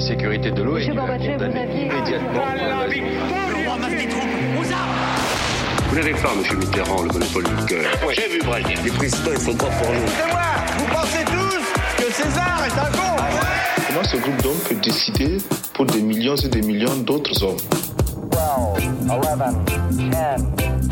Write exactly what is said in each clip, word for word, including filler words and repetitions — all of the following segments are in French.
sécurité de l'eau et il a condamné immédiatement la base. Le roi masse des troupes aux armes. Vous n'avez pas, M. Mitterrand, le monopole du cœur. Ouais, j'ai vu Brasier. Les présidents, ils sont pas pour nous. C'est moi. Vous pensez tous que César est un con? Comment ce groupe d'hommes peut décider pour des millions et des millions d'autres hommes? twelve, eleven, ten,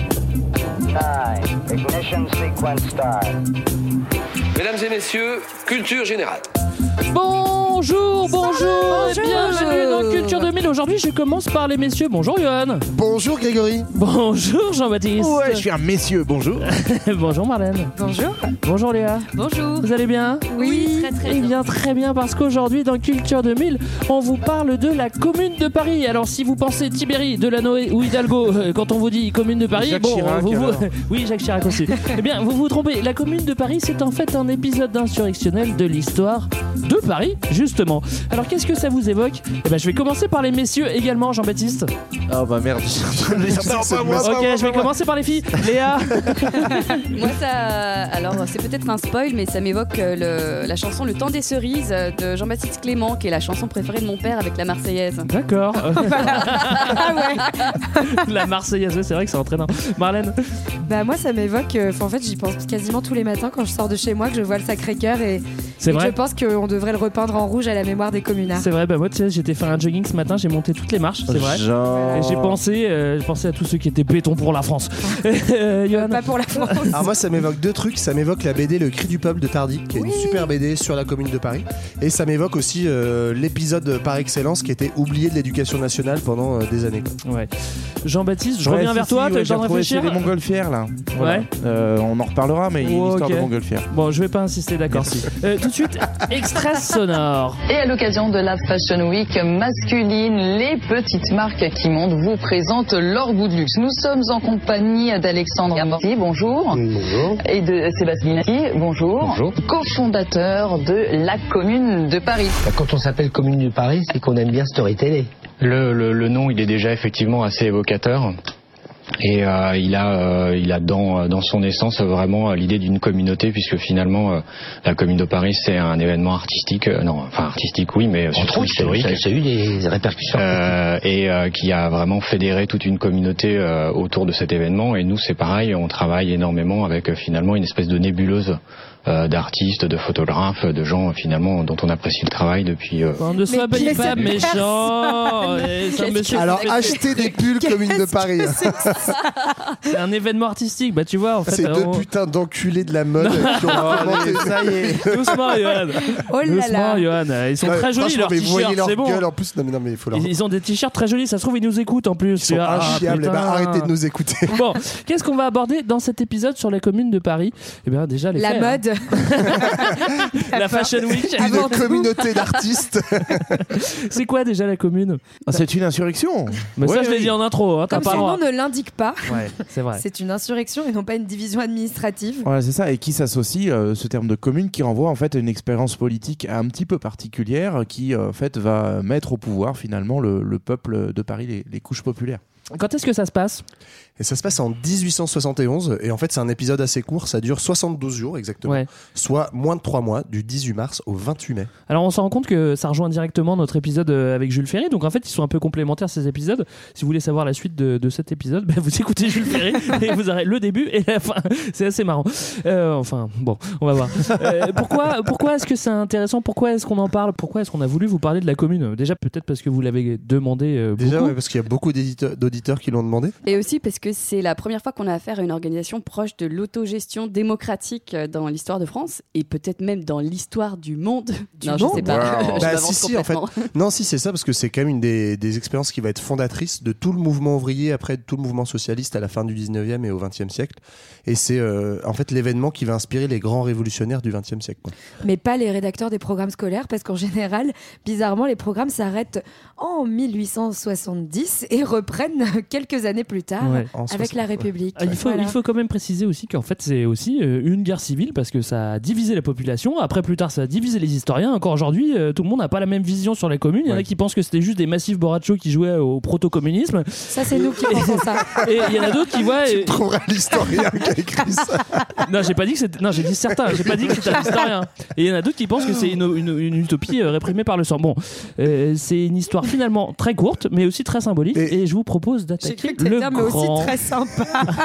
nine, ignition sequence start. Mesdames et messieurs, culture générale. Bonjour, bonjour, bonjour et bienvenue bonjour. dans Culture deux mille. Aujourd'hui, je commence par les messieurs. Bonjour Johan. Bonjour Grégory. Bonjour Jean-Baptiste. Ouais, je suis un messieurs, bonjour. Bonjour Marlène. Bonjour. Bonjour Léa. Bonjour. Vous allez bien? Oui, très très Eh bien. bien, très bien, parce qu'aujourd'hui, dans Culture deux mille, on vous parle de la Commune de Paris. Alors, si vous pensez Tibéri, Delanoë ou Hidalgo, euh, quand on vous dit Commune de Paris, Jacques bon, Chirac, vous, vous... alors. oui, Jacques Chirac aussi. Eh bien, vous vous trompez. La Commune de Paris, c'est en fait un épisode insurrectionnel de l'histoire de Paris, justement. Alors, qu'est-ce que ça vous évoque? Eh ben, je vais commencer par les messieurs également, Jean-Baptiste. Ah bah merde. Non, pas moi, ok, je vais commencer par les filles. Léa. Moi, ça. Alors, c'est peut-être un spoil, mais ça m'évoque euh, le... la chanson Le Temps des Cerises de Jean-Baptiste Clément, qui est la chanson préférée de mon père avec la Marseillaise. D'accord. Ah ouais. La Marseillaise, ouais, c'est vrai que c'est entraînant. Marlène. Bah moi ça m'évoque, euh, en fait j'y pense quasiment tous les matins quand je sors de chez moi, que je vois le Sacré-Cœur et, C'est et vrai. je pense qu'on devrait le repeindre en rouge à la mémoire des communards. C'est vrai, bah moi tu sais, j'étais faire un jogging ce matin, j'ai monté toutes les marches, c'est vrai. Genre... Et j'ai pensé, euh, j'ai pensé à tous ceux qui étaient béton pour la France. euh, Johan. Pas pour la France. Alors moi ça m'évoque deux trucs, ça m'évoque la B D Le Cri du Peuple de Tardy, qui est Oui. une super B D sur la Commune de Paris, et ça m'évoque aussi euh, l'épisode par excellence qui était oublié de l'éducation nationale pendant euh, des années. Ouais. Jean-Baptiste, je Ouais, reviens si, vers si, toi, ouais, t'as le j'ai temps de retrouvé, réfléchir. c'est les montgolfières là. Voilà. Ouais. Euh, on en reparlera, mais il y a une Oh, histoire ok. de montgolfières. Bon, je vais pas insister, d'accord. Euh, tout de suite, extrait sonore. Et à l'occasion de la Fashion Week masculine, les petites marques qui montent vous présentent leur goût de luxe. Nous sommes en compagnie d'Alexandre Amorti, bonjour. Bonjour. Et de Sébastien Nati, bonjour. Bonjour. Co-fondateur de la Commune de Paris. Quand on s'appelle Commune de Paris, c'est qu'on aime bien storyteller. Le, le, le nom, il est déjà effectivement assez évocateur. Et euh, il a, euh, il a dans, dans son essence vraiment l'idée d'une communauté, puisque finalement euh, la Commune de Paris c'est un événement artistique, euh, non, enfin artistique oui, mais surtout historique. Ça, ça a eu des répercussions. Euh, et euh, qui a vraiment fédéré toute une communauté euh, autour de cet événement. Et nous c'est pareil, on travaille énormément avec euh, finalement une espèce de nébuleuse euh, d'artistes, de photographes, de gens euh, finalement dont on apprécie le travail depuis. Euh... On ne soit pas, qui est pas cette méchant. Et c'est un monsieur- Alors achetez des pulls Commune de Paris. C'est un événement artistique, bah tu vois en fait. C'est deux on- putains d'enculés de la mode qui ont commenté. Ça y est. Doucement, Johan. Oh là Doucement, là. Johan. Ils sont Ouais, très jolis franchement, leurs mais vous voyez t-shirts, leur c'est bon. gueule en plus. Non mais, non, mais il faut leur... Ils, ils ont des t-shirts très jolis, ça se trouve ils nous écoutent en plus. Ils sont Tu vois, ah, inchiables. Eh ben, putain. arrêtez de nous écouter. Bon, qu'est-ce qu'on va aborder dans cet épisode sur la Commune de Paris? Eh bien déjà les La faits, mode. hein. La Fashion Week. Une communauté d'artistes. C'est quoi déjà la Commune? Ah, c'est une insurrection. Mais ça Ouais, je l'ai oui. dit en intro, hein, t'as Comme pas le son droit. nom ne l'indique pas, Ouais, c'est vrai. c'est une insurrection et non pas une division administrative. Voilà, c'est ça, et qui s'associe, euh, ce terme de commune, qui renvoie en fait à une expérience politique un petit peu particulière, qui euh, en fait va mettre au pouvoir finalement le, le peuple de Paris, les, les couches populaires. Quand est-ce que ça se passe? Et ça se passe en dix-huit cent soixante et onze. Et en fait, c'est un épisode assez court. Ça dure soixante-douze jours exactement. Ouais. Soit moins de trois mois, du dix-huit mars au vingt-huit mai. Alors on se rend compte que ça rejoint directement notre épisode euh, avec Jules Ferry, donc en fait ils sont un peu complémentaires ces épisodes. Si vous voulez savoir la suite de, de cet épisode, bah, vous écoutez Jules Ferry et vous aurez le début et la fin. C'est assez marrant. Euh, enfin bon, on va voir. Euh, pourquoi pourquoi est-ce que c'est intéressant? Pourquoi est-ce qu'on en parle? Pourquoi est-ce qu'on a voulu vous parler de la Commune? Déjà peut-être parce que vous l'avez demandé euh, beaucoup. Déjà, ouais, parce qu'il y a beaucoup d'éditeurs- d'auditeurs qui l'ont demandé. Et aussi parce que c'est la première fois qu'on a affaire à une organisation proche de l'autogestion démocratique dans l'histoire de France et peut-être même dans l'histoire du monde. Du non, monde je sais pas. Wow. Je Bah, m'avance si, si, en fait. complètement. Non, si, c'est ça, parce que c'est quand même une des, des expériences qui va être fondatrice de tout le mouvement ouvrier, après de tout le mouvement socialiste à la fin du dix-neuvième et au vingtième siècle. Et c'est euh, en fait l'événement qui va inspirer les grands révolutionnaires du vingtième siècle, quoi. Mais pas les rédacteurs des programmes scolaires, parce qu'en général, bizarrement, les programmes s'arrêtent en mille huit cent soixante-dix et reprennent quelques années plus tard Ouais. avec la République. Ah, il, faut, Voilà. il faut quand même préciser aussi qu'en fait c'est aussi euh, une guerre civile parce que ça a divisé la population. Après plus tard ça a divisé les historiens. Encore aujourd'hui euh, tout le monde n'a pas la même vision sur la commune. Il y en a Ouais. qui pensent que c'était juste des massifs borrachos qui jouaient au proto-communisme. Ça, c'est nous qui pensons ça. Et il y en a d'autres qui voient. Tu et- trouveras l'historien qui a écrit ça. Non, j'ai pas dit que c'était. Non, j'ai dit certains. J'ai pas dit que c'était un historien. Et il y en a d'autres qui pensent que c'est une, une, une utopie euh, réprimée par le sang. Bon, euh, c'est une histoire finalement très courte, mais aussi très symbolique. Et, Et- je vous propose J'ai d'attaquer cru que t'allais le dire, mais grand. aussi très sympa.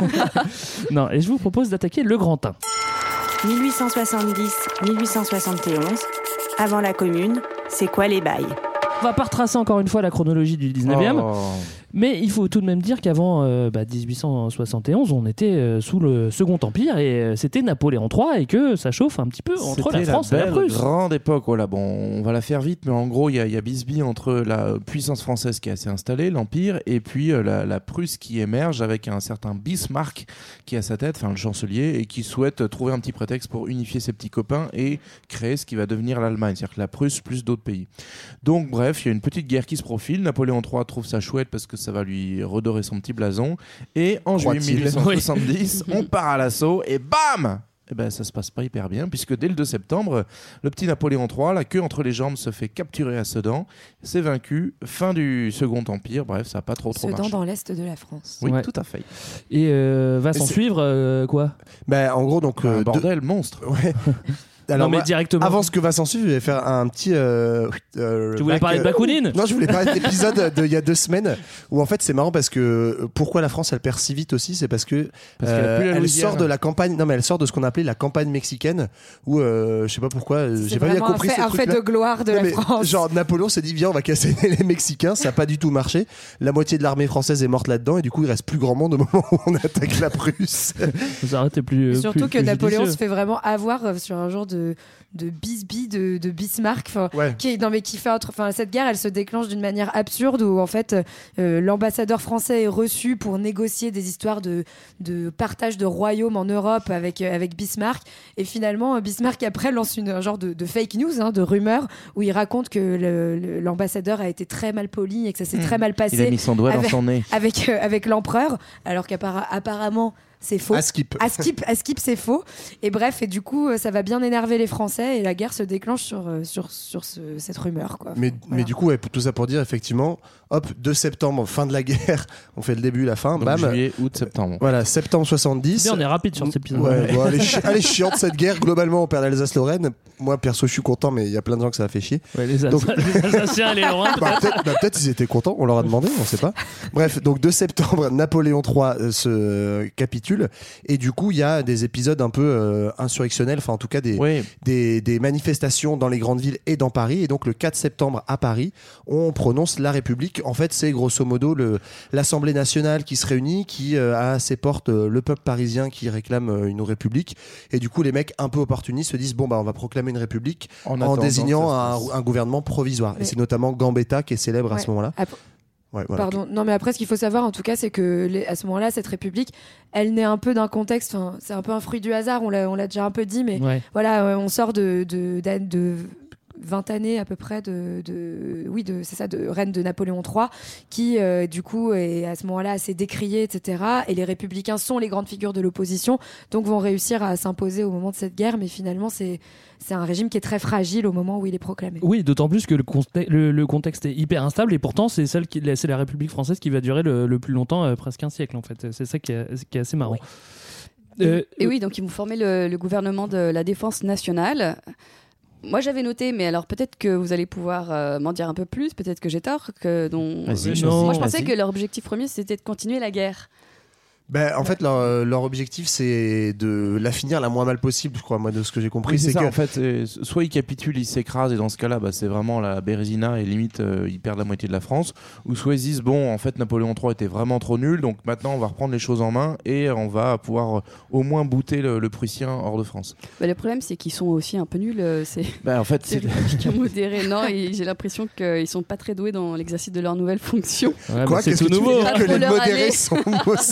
Non, et je vous propose d'attaquer le grand un. mille huit cent soixante-dix à mille huit cent soixante et onze, avant la Commune, c'est quoi les bails? On va pas retracer encore une fois la chronologie du dix-neuvième. Oh. Mais il faut tout de même dire qu'avant euh, bah, dix-huit cent soixante et onze, on était euh, sous le Second Empire et euh, c'était Napoléon trois et que ça chauffe un petit peu entre la C'était France la et la belle Prusse. grande époque. Voilà, bon, on va la faire vite, mais en gros, il y, a- il y a bisbille entre la puissance française qui est assez installée, l'Empire, et puis euh, la, la Prusse qui émerge avec un certain Bismarck qui est à sa tête, enfin le chancelier, et qui souhaite trouver un petit prétexte pour unifier ses petits copains et créer ce qui va devenir l'Allemagne, c'est-à-dire que la Prusse plus d'autres pays. Donc bref, il y a une petite guerre qui se profile. Napoléon trois trouve ça chouette parce que ça va lui redorer son petit blason. Et en juillet Croit-il. mille huit cent soixante-dix, on part à l'assaut et bam! Eh ben, ça se passe pas hyper bien, puisque dès le deux septembre, le petit Napoléon trois, la queue entre les jambes, se fait capturer à Sedan, c'est vaincu, fin du Second Empire, bref, ça n'a pas trop trop Sedan marché. dans l'est de la France. Oui, Ouais. tout à fait. Et euh, va Et s'en c'est- suivre euh, quoi Ben, en gros, donc. Un euh, bordel monstre. de- Ouais. Alors, Non, mais moi, directement. avant ce que va s'en suivre, je vais faire un petit. euh, euh, Tu voulais bac- parler de Bakounine Non, je voulais parler de l'épisode d'il y a deux semaines où en fait c'est marrant parce que euh, pourquoi la France elle perd si vite aussi, c'est parce que Parce qu'elle a plus la elle Louisiane. sort de la campagne. Non, mais elle sort de ce qu'on appelait la campagne mexicaine où euh, je sais pas pourquoi, euh, j'ai C'est pas bien vraiment un compris fait, ce un fait truc-là. de gloire de Non, la mais France. Genre Napoléon s'est dit viens on va casser les Mexicains, ça a pas du tout marché. La moitié de l'armée française est morte là-dedans et du coup il reste plus grand monde au moment où on attaque la Prusse. Ça aurait été plus. Et euh, surtout plus- que plus Napoléon judicieux. se fait vraiment avoir euh, sur un genre de de bisbille de, de Bismarck, enfin, Ouais. qui est- non mais qui fait entre, enfin cette guerre, elle se déclenche d'une manière absurde où en fait euh, l'ambassadeur français est reçu pour négocier des histoires de de partage de royaumes en Europe avec euh, avec Bismarck et finalement euh, Bismarck après lance une un genre de, de fake news, hein, de rumeur où il raconte que le- le- l'ambassadeur a été très mal poli et que ça s'est Mmh. très mal passé. Il a mis son doigt dans avec, son nez. avec euh, avec l'empereur, alors qu'apparemment c'est faux. À skip. À skip, à skip, c'est faux. Et bref, et du coup, euh, ça va bien énerver les Français et la guerre se déclenche sur, euh, sur, sur ce- cette rumeur. Quoi. Mais, Voilà. mais du coup, ouais, tout ça pour dire, effectivement, hop, deux septembre, fin de la guerre, on fait le début, la fin, Donc, bam. juillet, août, septembre. Voilà, septembre soixante-dix. Bien, on est rapide sur cet épisode. Ouais, bon, elle, est chi- elle est chiante cette guerre. Globalement, on perd l'Alsace-Lorraine. Moi, perso, je suis content, mais il y a plein de gens que ça a fait chier. Ouais, les, Donc- Alsaciens, les Alsaciens, les Lorrains. Bah, peut-être bah, peut-être ils étaient contents, on leur a demandé, on sait pas. Bref, donc deux septembre, Napoléon trois euh, se capitule. Et du coup, il y a des épisodes un peu euh, insurrectionnels, enfin en tout cas des, Oui. des, des manifestations dans les grandes villes et dans Paris. Et donc le quatre septembre à Paris, on prononce la République. En fait, c'est grosso modo le, l'Assemblée nationale qui se réunit, qui euh, a à ses portes euh, le peuple parisien qui réclame euh, une république. Et du coup, les mecs un peu opportunistes se disent bon bah on va proclamer une république En en, attendant désignant que ça se un, passe. un gouvernement provisoire. Mais- Et c'est notamment Gambetta qui est célèbre à Ouais. ce moment-là. Après- Ouais, voilà. Pardon, non mais après ce qu'il faut savoir en tout cas c'est que les- à ce moment-là cette république elle naît un peu d'un contexte, enfin, c'est un peu un fruit du hasard, on l'a, on l'a déjà un peu dit mais Ouais. voilà euh, on sort de, de, de, de vingt années à peu près de, de oui de c'est ça de règne de Napoléon trois qui euh, du coup est à ce moment-là assez décrié etc et les républicains sont les grandes figures de l'opposition donc vont réussir à s'imposer au moment de cette guerre mais finalement c'est c'est un régime qui est très fragile au moment où il est proclamé. Oui, d'autant plus que le, conte- le, le contexte est hyper instable et pourtant c'est celle qui, c'est la République française qui va durer le, le plus longtemps, euh, presque un siècle en fait. C'est ça qui est, qui est assez marrant. Euh, Et oui, donc ils vont former le, le gouvernement de la défense nationale. Moi j'avais noté, mais alors peut-être que vous allez pouvoir euh, m'en dire un peu plus, peut-être que j'ai tort. Que dont... Vas-y, Euh, choisis, non. Moi je pensais vas-y. que leur objectif premier c'était de continuer la guerre. Ben, en fait, leur, leur objectif, c'est de la finir la moins mal possible, je crois, moi, de ce que j'ai compris. Oui, c'est c'est ça, que en fait, c'est- soit ils capitulent, ils s'écrasent, et dans ce cas-là, bah, c'est vraiment la Bérésina, et limite, euh, ils perdent la moitié de la France. Ou soit ils disent, bon, en fait, Napoléon trois était vraiment trop nul, donc maintenant, on va reprendre les choses en main, et on va pouvoir euh, au moins bouter le, le Prussien hors de France. Bah, le problème c'est qu'ils sont aussi un peu nuls. euh, C'est Bah, en fait, c'est c'est... républicains modérés. Non, et j'ai l'impression qu'ils sont pas très doués dans l'exercice de leur nouvelle fonction. ouais, quoi, mais c'est qu'est-ce tout que tu nouveau. veux dire Pas que trop les leur modérés aller. sont, sont nuls?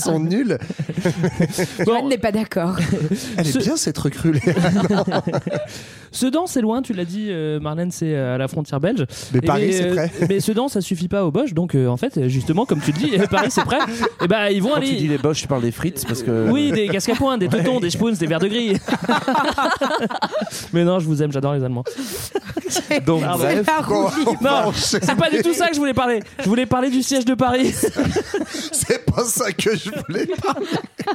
recrue. Joanne n'est pas d'accord. Elle est Ce- bien cette recrue. Sedan, c'est loin, tu l'as dit, euh, Marlène, c'est à la frontière belge. Mais Et Paris, mais, c'est euh, prêt. Mais Sedan, ça suffit pas aux Boches, donc euh, en fait, justement, comme tu le dis, Paris, c'est prêt. Et ben, ils vont Quand aller. tu dis les Boches, tu parles des frites parce que. Oui, des casques à poing, des teutons, des spoons, des verres de gris. Mais non, je vous aime, j'adore les Allemands. Donc, Pardon. bref. Bon, Non, c'est pas du tout ça que je voulais parler. Je voulais parler du siège de Paris. c'est pas ça que je voulais parler.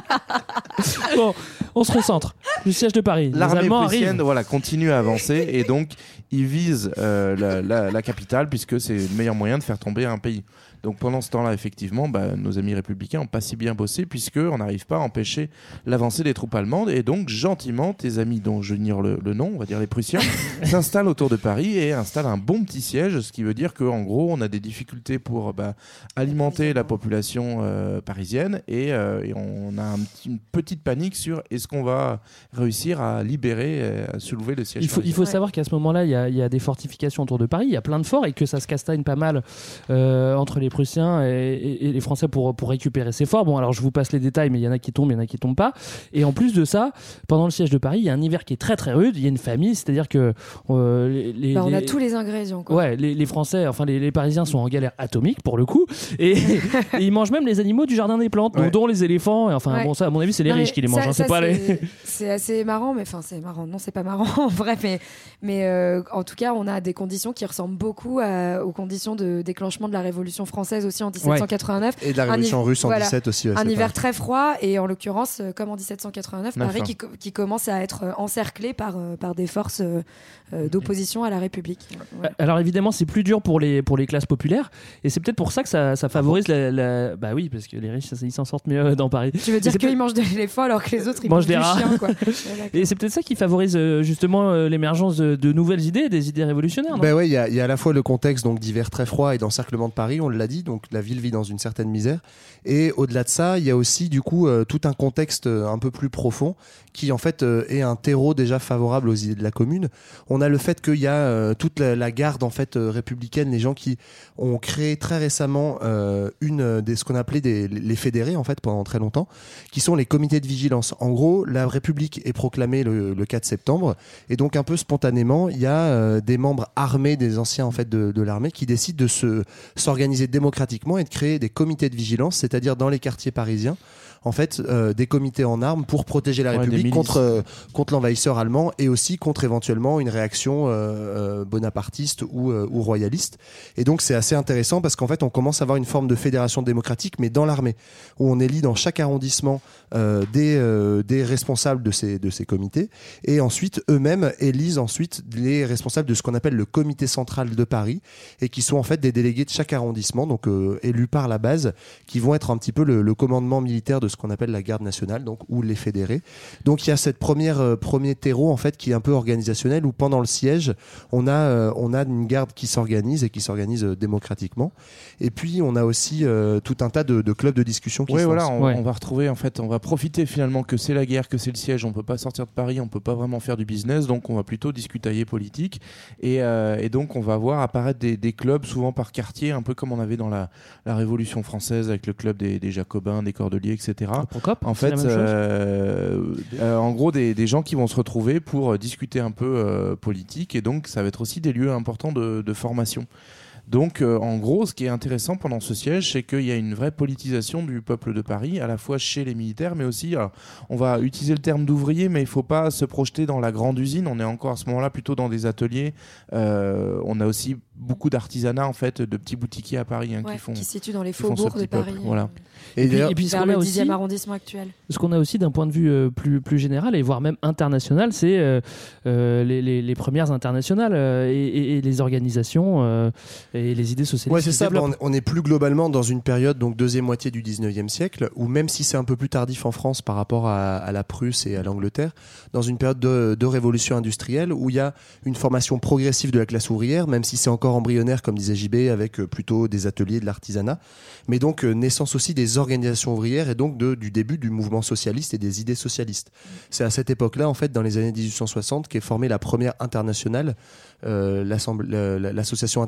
Bon, on se recentre. Du siège de Paris. Les L'armée Allemands prussienne arrivent. voilà, continue à avancer et donc ils visent euh, la, la- la capitale puisque c'est le meilleur moyen de faire tomber un pays. Donc pendant ce temps-là, effectivement, bah, nos amis républicains n'ont pas si bien bossé puisqu'on n'arrive pas à empêcher l'avancée des troupes allemandes et donc gentiment, tes amis dont je ignore le, le nom, on va dire les Prussiens, s'installent autour de Paris et installent un bon petit siège, ce qui veut dire qu'en gros, on a des difficultés pour bah, alimenter la population euh, parisienne et, euh, et on a un petit- une petite panique sur est-ce qu'on va réussir à libérer, euh, à soulever le siège Il faut, il parisien. faut savoir qu'à ce moment-là, il y, a, il y a des fortifications autour de Paris, il y a plein de forts et que ça se castagne pas mal euh, entre les Prussiens et, et- et les Français pour, pour récupérer ces forts. Bon, alors je vous passe les détails, mais il y en a qui tombent, il y en a qui tombent pas. Et en plus de ça, pendant le siège de Paris, il y a un hiver qui est très très rude. Il y a une famille, c'est-à-dire que euh, les, les- Bah, on a les- tous les ingrédients. Quoi. Ouais, les, les Français, enfin les, les Parisiens sont en galère atomique pour le coup, et, et ils mangent même les animaux du jardin des plantes, Ouais. donc dont les éléphants. Et enfin Ouais. bon, ça, à mon avis, c'est les Non, mais riches qui les ça- mangent. hein, ça, c'est pas les. c'est- c'est assez marrant, mais enfin c'est marrant. Non, c'est pas marrant en vrai, mais mais euh, en tout cas, on a des conditions qui ressemblent beaucoup à- aux conditions de déclenchement de la Révolution française aussi en dix-sept cent quatre-vingt-neuf. Et de la Un révolution hiv- russe en voilà. dix-sept aussi. ouais, Un c'est hiver pareil. très froid et en l'occurrence, euh, comme en dix-sept cent quatre-vingt-neuf, Neuf, Paris hein. qui, co- qui commence à être euh, encerclé par, euh, par des forces euh, euh, d'opposition à la République. Voilà. Alors évidemment, c'est plus dur pour les, pour les classes populaires, et c'est peut-être pour ça que ça, ça favorise la, la- Bah oui, parce que les riches, ça, ils s'en sortent mieux dans Paris. Tu veux Et dire c'est qu'ils peut-être- mangent de l'éléphant alors que les autres ils Mangent mangent des du rats. chien, quoi. Et c'est peut-être ça qui favorise euh, justement euh, l'émergence de, de nouvelles idées, des idées révolutionnaires. non Ben ouais, il y, a- il y a à la fois le contexte donc d'hiver très froid et d'encerclement de Paris, on l'a dit, donc la ville vit dans une certaine misère. Et au-delà de ça, il y a aussi du coup euh, tout un contexte euh, un peu plus profond qui en fait euh, est un terreau déjà favorable aux idées de la commune. On a le fait qu'il y a euh, toute la, la garde en fait euh, républicaine, les gens qui ont créé très récemment euh, une euh, des ce qu'on appelait des les fédérés en fait pendant très longtemps, qui sont les comités de vigilance. En gros, la République est proclamée le, le quatre septembre et donc un peu spontanément, il y a euh, des membres armés des anciens en fait de, de l'armée qui décident de se s'organiser démocratiquement et de créer des comités de vigilance, c'est-à-dire dans les quartiers parisiens. En fait, euh, des comités en armes pour protéger la Ouais, des République milices. contre euh, contre l'envahisseur allemand et aussi contre éventuellement une réaction euh, euh, bonapartiste ou, euh, ou royaliste. Et donc c'est assez intéressant parce qu'en fait on commence à avoir une forme de fédération démocratique, mais dans l'armée, où on élit dans chaque arrondissement euh, des euh, des responsables de ces de ces comités et ensuite eux-mêmes élisent ensuite les responsables de ce qu'on appelle le comité central de Paris et qui sont en fait des délégués de chaque arrondissement, donc euh, élus par la base, qui vont être un petit peu le, le commandement militaire de ce qu'on appelle la garde nationale, donc ou les fédérés. Donc il y a cette première euh, premier terreau en fait qui est un peu organisationnel où pendant le siège on a euh, on a une garde qui s'organise et qui s'organise euh, démocratiquement. Et puis on a aussi euh, tout un tas de, de clubs de discussion qui Oui, se voilà, lancent. on, Ouais. on va retrouver en fait, on va profiter finalement que c'est la guerre, que c'est le siège, on peut pas sortir de Paris, on peut pas vraiment faire du business, donc on va plutôt discutailler politique et, euh, et donc on va voir apparaître des, des clubs souvent par quartier, un peu comme on avait dans la, la Révolution française avec le club des, des Jacobins, des Cordeliers, et cetera. Procope, En c'est fait, la même chose. euh, euh, en gros, des, des gens qui vont se retrouver pour euh, discuter un peu euh, politique et donc ça va être aussi des lieux importants de, de formation. Donc, euh, en gros, ce qui est intéressant pendant ce siège, c'est qu'il y a une vraie politisation du peuple de Paris, à la fois chez les militaires, mais aussi, alors, on va utiliser le terme d'ouvrier, mais il ne faut pas se projeter dans la grande usine. On est encore à ce moment-là plutôt dans des ateliers. Euh, on a aussi beaucoup d'artisanat, en fait, de petits boutiquiers à Paris hein, Ouais, qui font. qui se situent dans les qui font ce faubourgs de petit peuple, Paris. voilà. Et, puis, et puis ce vers qu'on le a dixième aussi, arrondissement actuel. ce qu'on a aussi d'un point de vue euh, plus, plus général et voire même international, c'est euh, euh, les, les, les premières internationales euh, et, et- et les organisations euh, et les idées socialistes. Ouais, c'est qui se ça. Bah, développent. on, on est plus globalement dans une période, donc deuxième moitié du dix-neuvième siècle, où même si c'est un peu plus tardif en France par rapport à, à la Prusse et à l'Angleterre, dans une période de, de révolution industrielle où il y a une formation progressive de la classe ouvrière, même si c'est encore embryonnaire, comme disait J B, avec euh, plutôt des ateliers, de l'artisanat, mais donc euh, naissance aussi des organisations ouvrières et donc de, du début du mouvement socialiste et des idées socialistes. C'est à cette époque-là, en fait, dans les années dix-huit cent soixante, qu'est formée la première internationale, euh, l'Assemblée- la- la- l'Association internationale du travail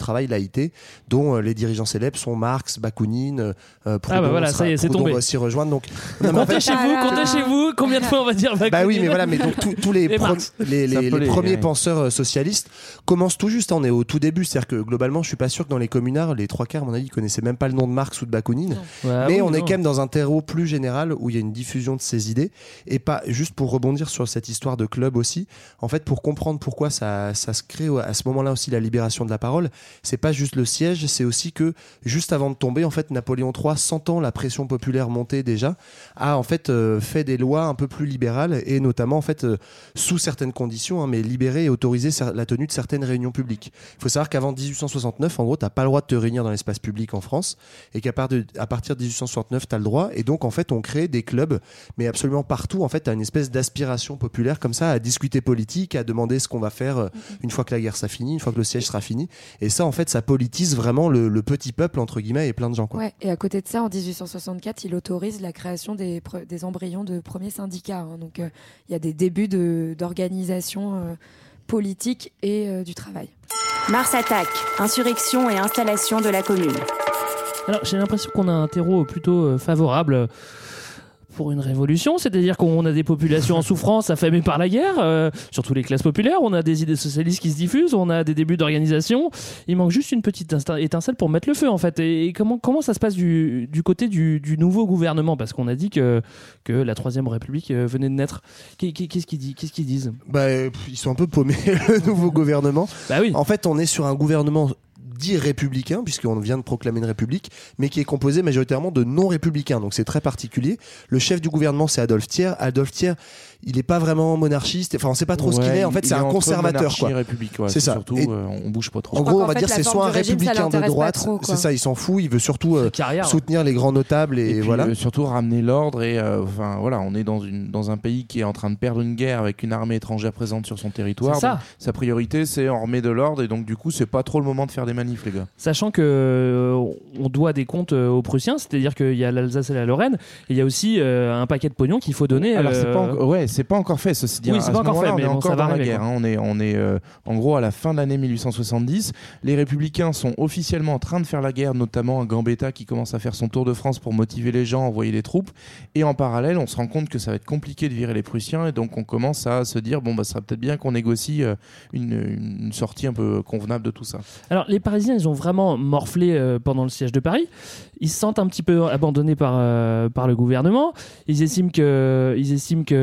travail, l'A I T, dont euh, les dirigeants célèbres sont Marx, Bakounine, euh, Proudhon, ah bah voilà, sera, ça y est, c'est Proudhon tombé. va aussi rejoindre. Donc, non, comptez en fait, chez vous, comptez chez vous, combien de fois on va dire Bakounine. Bah oui, mais voilà, mais donc tous les, pro- les, les, les premiers ouais. penseurs socialistes commencent tout juste. On est au tout début, c'est-à-dire que globalement, je suis pas sûr que dans les communards, les trois quarts, à mon avis, ils connaissaient même pas le nom de Marx ou de Bakounine. Ouais, mais oui, on non. est quand même dans un terreau plus général où il y a une diffusion de ces idées. Et pas juste pour rebondir sur cette histoire de club aussi. En fait, pour comprendre pourquoi ça, ça se crée à ce moment-là aussi la libération de la parole, c'est pas juste le siège, c'est aussi que juste avant de tomber, en fait, Napoléon trois, sentant la pression populaire monter déjà, a en fait euh, fait des lois un peu plus libérales et notamment en fait euh, sous certaines conditions, hein, mais libérer et autoriser la tenue de certaines réunions publiques. Il faut savoir qu'avant dix-huit cent soixante-neuf, en gros, t'as pas le droit de te réunir dans l'espace public en France et qu'à part de, à partir de dix-huit cent soixante-neuf, t'as le droit. Et donc en fait, on crée des clubs, mais absolument partout. En fait, t'as une espèce d'aspiration populaire comme ça à discuter politique, à demander ce qu'on va faire euh, une fois que la guerre sera finie, une fois que le siège sera fini. Et ça, en fait, ça politise vraiment le, le petit peuple entre guillemets et plein de gens. Quoi. Ouais. Et à côté de ça, en dix-huit cent soixante-quatre, il autorise la création des, des embryons de premiers syndicats. Hein. Donc il euh, y a des débuts de, d'organisation euh, politique et euh, du travail. Mars attaque, insurrection et installation de la commune. Alors j'ai l'impression qu'on a un terreau plutôt euh, favorable pour une révolution, c'est-à-dire qu'on a des populations en souffrance, affamées par la guerre, euh, surtout les classes populaires, on a des idées socialistes qui se diffusent, on a des débuts d'organisation, il manque juste une petite étincelle pour mettre le feu en fait. Et, et comment, comment ça se passe du, du côté du, du nouveau gouvernement, parce qu'on a dit que, que la Troisième République venait de naître. Qu'est-ce qu'ils disent, qu'est-ce qu'ils disent bah, ils sont un peu paumés, le nouveau gouvernement. Bah oui. En fait, on est sur un gouvernement dit républicain, puisqu'on vient de proclamer une république, mais qui est composé majoritairement de non-républicains. Donc c'est très particulier. Le chef du gouvernement, c'est Adolphe Thiers. Adolphe Thiers, il n'est pas vraiment monarchiste. Enfin, on ne sait pas trop ouais, ce qu'il est. En fait, c'est un conservateur. Quoi. République, ouais, c'est ça. Surtout, et euh, on bouge pas trop. En gros, on va dire c'est soit un républicain de droite. Trop, c'est ça. Il s'en fout. Il veut surtout euh, soutenir les grands notables et, et puis, voilà. Euh, surtout ramener l'ordre. Et euh, enfin voilà, on est dans une dans un pays qui est en train de perdre une guerre avec une armée étrangère présente sur son territoire. C'est ça. Donc, sa priorité, c'est on remet de l'ordre. Et donc du coup, c'est pas trop le moment de faire des manifs, les gars. Sachant que euh, on doit des comptes euh, aux Prussiens, c'est-à-dire qu'il y a l'Alsace et la Lorraine, et il y a aussi euh, un paquet de pognon qu'il faut donner. Alors euh... c'est pas en... ouais, c'est pas encore fait. Ceci dit, oui, à c'est pas encore fait, on mais est bon, encore ça va dans arriver, la guerre. Hein. On est, on est euh, en gros à la fin de l'année mille huit cent soixante-dix. Les Républicains sont officiellement en train de faire la guerre, notamment Gambetta qui commence à faire son tour de France pour motiver les gens, envoyer des troupes. Et en parallèle, on se rend compte que ça va être compliqué de virer les Prussiens, et donc on commence à se dire bon bah ça serait peut-être bien qu'on négocie euh, une, une sortie un peu convenable de tout ça. Alors les Parisiens, ils ont vraiment morflé euh, pendant le siège de Paris. Ils se sentent un petit peu abandonnés par euh, par le gouvernement. Ils estiment que ils estiment que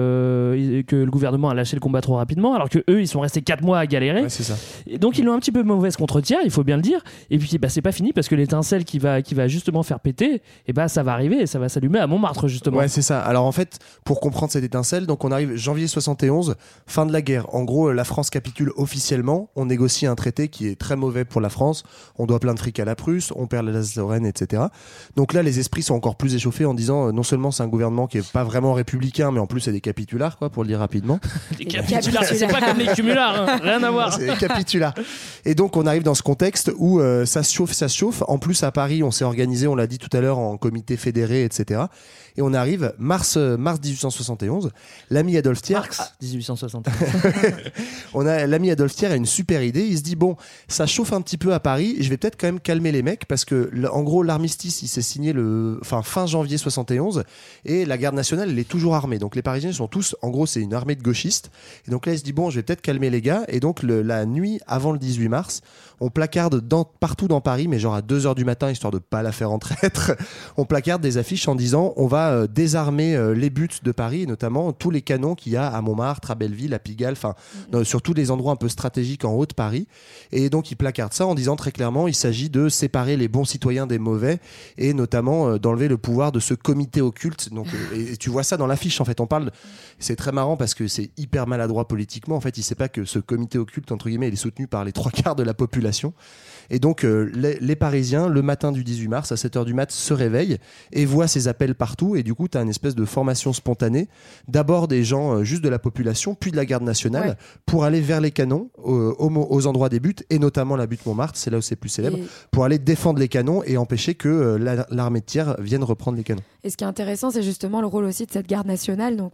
euh, que le gouvernement a lâché le combat trop rapidement, alors que eux, ils sont restés quatre mois à galérer. Ouais, c'est ça. Et donc ils l'ont un petit peu mauvaise contre-tiers, il faut bien le dire. Et puis bah c'est pas fini, parce que l'étincelle qui va qui va justement faire péter, et bah ça va arriver et ça va s'allumer à Montmartre justement. Ouais, c'est ça. Alors en fait, pour comprendre cette étincelle, donc on arrive janvier soixante et onze, fin de la guerre. En gros, la France capitule officiellement. On négocie un traité qui est très mauvais pour la France. On doit plein de fric à la Prusse, on perd l'Alsace-Lorraine, et cetera. Donc là, les esprits sont encore plus échauffés en disant euh, non seulement c'est un gouvernement qui est pas vraiment républicain, mais en plus c'est des capitulars, quoi, pour le dire rapidement. Des capitulars, c'est pas comme les cumulars, hein. Rien à voir. C'est des capitulars. Et donc on arrive dans ce contexte où euh, ça se chauffe, ça se chauffe. En plus à Paris, on s'est organisé, on l'a dit tout à l'heure, en comité fédéré, et cetera. Et on arrive mars mars dix-huit cent soixante et onze. L'ami Adolphe Thiers. Mars dix-huit cent soixante et onze. On a l'ami Adolphe Thiers a une super idée. Il se dit bon, ça chauffe un petit peu à Paris. Je vais peut-être quand même calmer les mecs parce que en gros l'armistice il s'est signé le enfin fin janvier soixante et onze et la garde nationale elle est toujours armée. Donc les Parisiens sont tous en gros c'est une armée de gauchistes. Et donc là il se dit bon, je vais peut-être calmer les gars. Et donc le, la nuit avant le dix-huit mars, on placarde dans, partout dans Paris, mais genre à deux heures du matin histoire de pas la faire en traître. On placarde des affiches en disant on va euh, désarmer euh, les buts de Paris, et notamment tous les canons qu'il y a à Montmartre, à Belleville, à Pigalle, enfin mmh. sur tous les endroits un peu stratégiques en haut de Paris. Et donc ils placardent ça en disant très clairement il s'agit de séparer les bons citoyens des mauvais et notamment euh, d'enlever le pouvoir de ce comité occulte. Donc euh, et, et tu vois ça dans l'affiche en fait. On parle, de... c'est très marrant parce que c'est hyper maladroit politiquement. En fait, il sait pas que ce comité occulte entre guillemets il est soutenu par les trois quarts de la population. Et donc euh, les, les Parisiens le matin du dix-huit mars à sept heures du mat se réveillent et voient ces appels partout, et du coup tu as une espèce de formation spontanée, d'abord des gens euh, juste de la population puis de la garde nationale, ouais. pour aller vers les canons euh, aux, aux endroits des buts, et notamment la butte Montmartre, c'est là où c'est plus célèbre, et... pour aller défendre les canons et empêcher que euh, la, l'armée de Thiers vienne reprendre les canons. Et ce qui est intéressant, c'est justement le rôle aussi de cette garde nationale, donc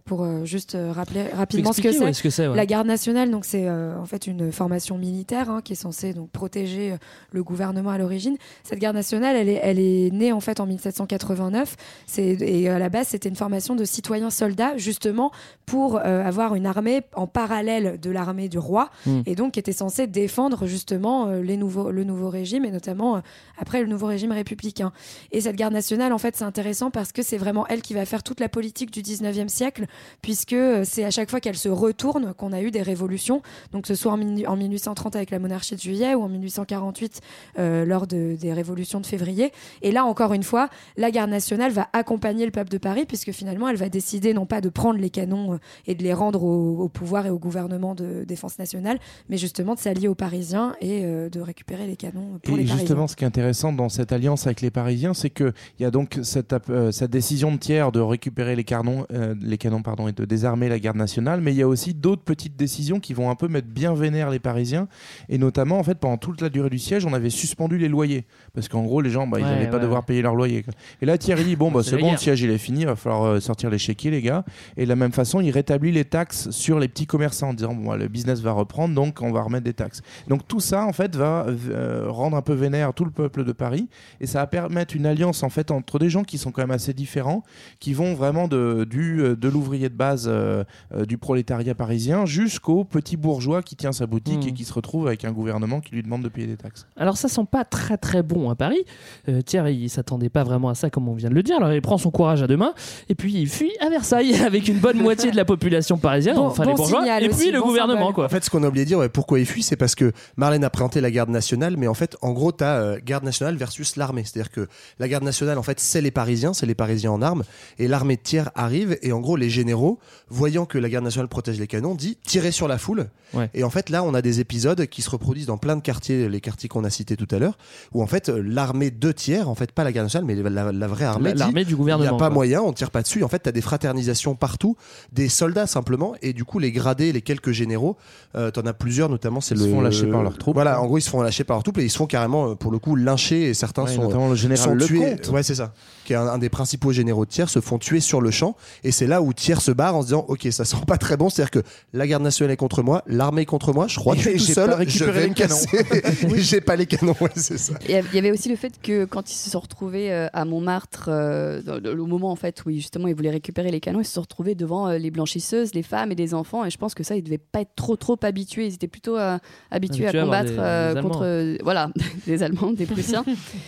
pour euh, juste euh, rappeler rapidement ce que c'est. Ouais, ce que c'est ouais. La garde nationale, donc c'est euh, en fait une formation militaire hein, qui est censée donc protéger euh, le gouvernement à l'origine. Cette garde nationale, elle est, elle est née en fait en mille sept cent quatre-vingt-neuf. C'est, et à la base, c'était une formation de citoyens soldats justement pour euh, avoir une armée en parallèle de l'armée du roi mmh. et donc qui était censée défendre justement euh, les nouveaux, le nouveau régime et notamment euh, après le nouveau régime républicain. Et cette garde nationale, en fait, c'est intéressant parce que c'est vraiment elle qui va faire toute la politique du dix-neuvième siècle, puisque c'est à chaque fois qu'elle se retourne qu'on a eu des révolutions, donc que ce soit en, mille, en mille huit cent trente avec la monarchie de juillet ou en mille huit cent quarante-huit euh, lors de, des révolutions de février. Et là, encore une fois, la garde nationale va accompagner le peuple de Paris, puisque finalement, elle va décider non pas de prendre les canons euh, et de les rendre au, au pouvoir et au gouvernement de défense nationale, mais justement de s'allier aux Parisiens et euh, de récupérer les canons pour et les Parisiens. Et justement, ce qui est intéressant dans cette alliance avec les Parisiens, c'est qu'il y a donc cette, euh, cette décision de Thiers de récupérer les canons, euh, les canons pardon, et de désarmer la garde nationale, mais il y a aussi d'autres petites décisions qui vont un peu mettre bien vénère les Parisiens, et notamment en fait pendant toute la durée du siège, on avait suspendu les loyers, parce qu'en gros les gens bah, ils n'allaient ouais, pas ouais, devoir ouais. payer leur loyer. Quoi. Et là Thiers dit bon bah, c'est, c'est bon, le siège il est fini, il va falloir euh, sortir les chéquiers les gars, et de la même façon il rétablit les taxes sur les petits commerçants en disant bon bah, le business va reprendre donc on va remettre des taxes. Donc tout ça en fait va euh, rendre un peu vénère tout le peuple de Paris, et ça va permettre une alliance en fait entre des gens qui sont quand même assez différents, qui vont vraiment de, du, de l'ouvrier de base euh, euh, du prolétariat parisien jusqu'au petit bourgeois qui tient sa boutique mmh. et qui se retrouve avec un gouvernement qui lui demande de payer des taxes. Alors ça sent pas très très bon à Paris. Euh, Thiers il s'attendait pas vraiment à ça comme on vient de le dire, alors il prend son courage à deux mains et puis il fuit à Versailles avec une bonne moitié de la population parisienne, bon, enfin bon les bourgeois, et puis le bon gouvernement quoi. En fait ce qu'on a oublié de dire ouais, pourquoi il fuit, c'est parce que Marlène a présenté la garde nationale, mais en fait en gros t'as euh, garde nationale versus l'armée, c'est-à-dire que la garde nationale en fait c'est les Parisiens, c'est les Parisiens en armes, et l'armée de Thiers arrive et en gros les généraux, voyant que la garde nationale protège les canons, dit tirer sur la foule. Ouais. Et en fait là on a des épisodes qui se reproduisent dans plein de quartiers, les quartiers qu'on a cités tout à l'heure, où en fait l'armée de Thiers, en fait pas la garde nationale mais la, la vraie armée, la, l'armée dit, du gouvernement. Il n'y a pas quoi. moyen, on tire pas dessus. En fait t'as des fraternisations partout, des soldats simplement, et du coup les gradés, les quelques généraux, euh, t'en as plusieurs notamment, c'est ils le. Ils se font lâcher par leurs troupes. Voilà, en gros ils se font lâcher par leurs troupes et ils se font carrément pour le coup lyncher, et certains ouais, sont, notamment le général sont tués. Lecomte. Ouais c'est ça. Qui est un, un des principaux généraux de Thiers, se font tuer sur le champ, et c'est là où Thiers se barre en se disant ok ça sent pas très bon, c'est-à-dire que la garde nationale est contre moi, l'armée est contre moi, je crois que je suis tout seul, je vais me casser. Oui. J'ai pas les canons, ouais, c'est ça. Il y avait aussi le fait que quand ils se sont retrouvés à Montmartre, euh, au moment en fait où justement ils voulaient récupérer les canons, ils se sont retrouvés devant les blanchisseuses, les femmes et des enfants, et je pense que ça ils devaient pas être trop trop habitués, ils étaient plutôt euh, habitués Habitué à combattre des, euh, des contre euh, voilà des Allemands, des Prussiens.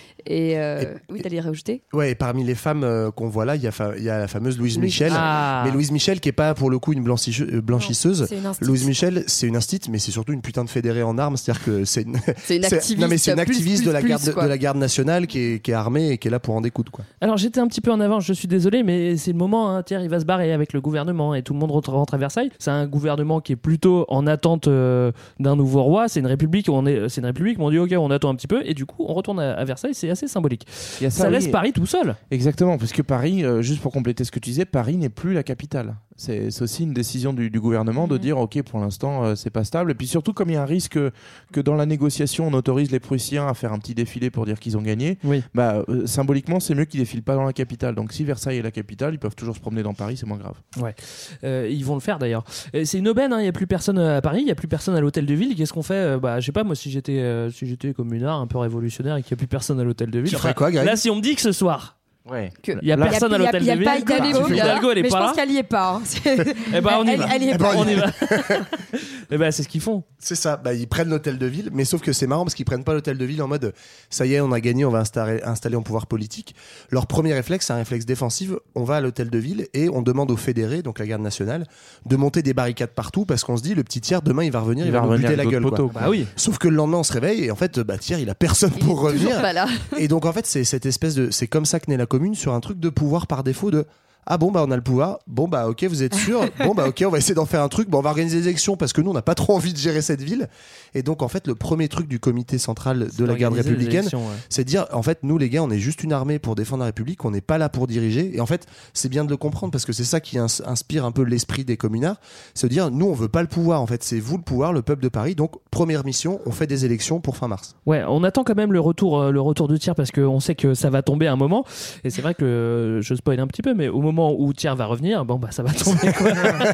Et, euh, et oui, t'allais rajouter. Ouais, et parmi les femmes euh, qu'on voit là, il y, fa- y a la fameuse Louise, Louise. Michel. Ah. Mais Louise Michel, qui est pas pour le coup une blanchisseuse. Euh, blanchisseuse. Non, c'est une instite. Louise Michel, c'est une instite, mais c'est surtout une putain de fédérée en armes. C'est-à-dire que c'est une, c'est une activiste. C'est, non, mais c'est une activiste plus, de, la plus, garde, plus, de la garde nationale qui est, qui est armée et qui est là pour en découdre, quoi. Alors j'étais un petit peu en avance, je suis désolé, mais c'est le moment. Hein, Thiers, il va se barrer avec le gouvernement et tout le monde rentre à Versailles. C'est un gouvernement qui est plutôt en attente euh, d'un nouveau roi. C'est une république. Où on est, c'est une république. Mais on dit ok, on attend un petit peu et du coup on retourne à, à Versailles. C'est assez symbolique. Il y a ça, ça oui. laisse Paris tout seul. Exactement, parce que Paris, euh, juste pour compléter ce que tu disais, Paris n'est plus la capitale. C'est, c'est aussi une décision du, du gouvernement mmh. de dire ok, pour l'instant euh, c'est pas stable, et puis surtout comme il y a un risque que, que dans la négociation on autorise les Prussiens à faire un petit défilé pour dire qu'ils ont gagné, oui. bah, euh, symboliquement c'est mieux qu'ils défilent pas dans la capitale, donc si Versailles est la capitale ils peuvent toujours se promener dans Paris, c'est moins grave. Ouais. Euh, ils vont le faire d'ailleurs. Et c'est une aubaine, hein, il n'y a plus personne à Paris, il n'y a plus personne à l'hôtel de ville. Qu'est-ce qu'on fait? Bah je sais pas, moi si j'étais, euh, si j'étais communard un peu révolutionnaire et qu'il n'y a plus personne à l'hôtel de ville, tu ferais quoi, Greg? Là si on me dit que ce soir Ouais. il y a personne à l'hôtel de ville. Il y a pas Hidalgo, Hidalgo, elle est mais pas je là. pense qu'elle y est pas. Hein. Eh ben on y elle, va. Elle y est eh pas. ben, on y va. Eh ben c'est ce qu'ils font. C'est ça. Bah ils prennent l'hôtel de ville, mais sauf que c'est marrant parce qu'ils prennent pas l'hôtel de ville en mode ça y est on a gagné, on va installer, installer en pouvoir politique. Leur premier réflexe, c'est un réflexe défensif. On va à l'hôtel de ville et on demande aux fédérés, donc la garde nationale, de monter des barricades partout parce qu'on se dit le petit Thiers demain il va revenir, il, il va nous buter la gueule. Quoi. Bah oui. Sauf que le lendemain on se réveille et en fait bah Thiers il a personne il pour est revenir. Pas là. Et donc en fait c'est cette espèce de, c'est comme ça que naît la commune, sur un truc de pouvoir par défaut de ah bon bah on a le pouvoir, bon bah ok vous êtes sûr, bon bah ok on va essayer d'en faire un truc, bon on va organiser des élections parce que nous on n'a pas trop envie de gérer cette ville. Et donc en fait le premier truc du comité central de la garde républicaine, ouais. c'est de dire en fait nous les gars on est juste une armée pour défendre la République, on n'est pas là pour diriger. Et en fait c'est bien de le comprendre parce que c'est ça qui ins- inspire un peu l'esprit des communards, c'est de dire nous on veut pas le pouvoir, en fait c'est vous le pouvoir, le peuple de Paris, donc première mission on fait des élections pour fin mars. Ouais, on attend quand même le retour, euh, le retour de Thiers parce qu'on sait que ça va tomber à un moment. Et c'est vrai que euh, je spoil un petit peu, mais au moment moment où Thiers va revenir, bon bah ça va tomber quoi.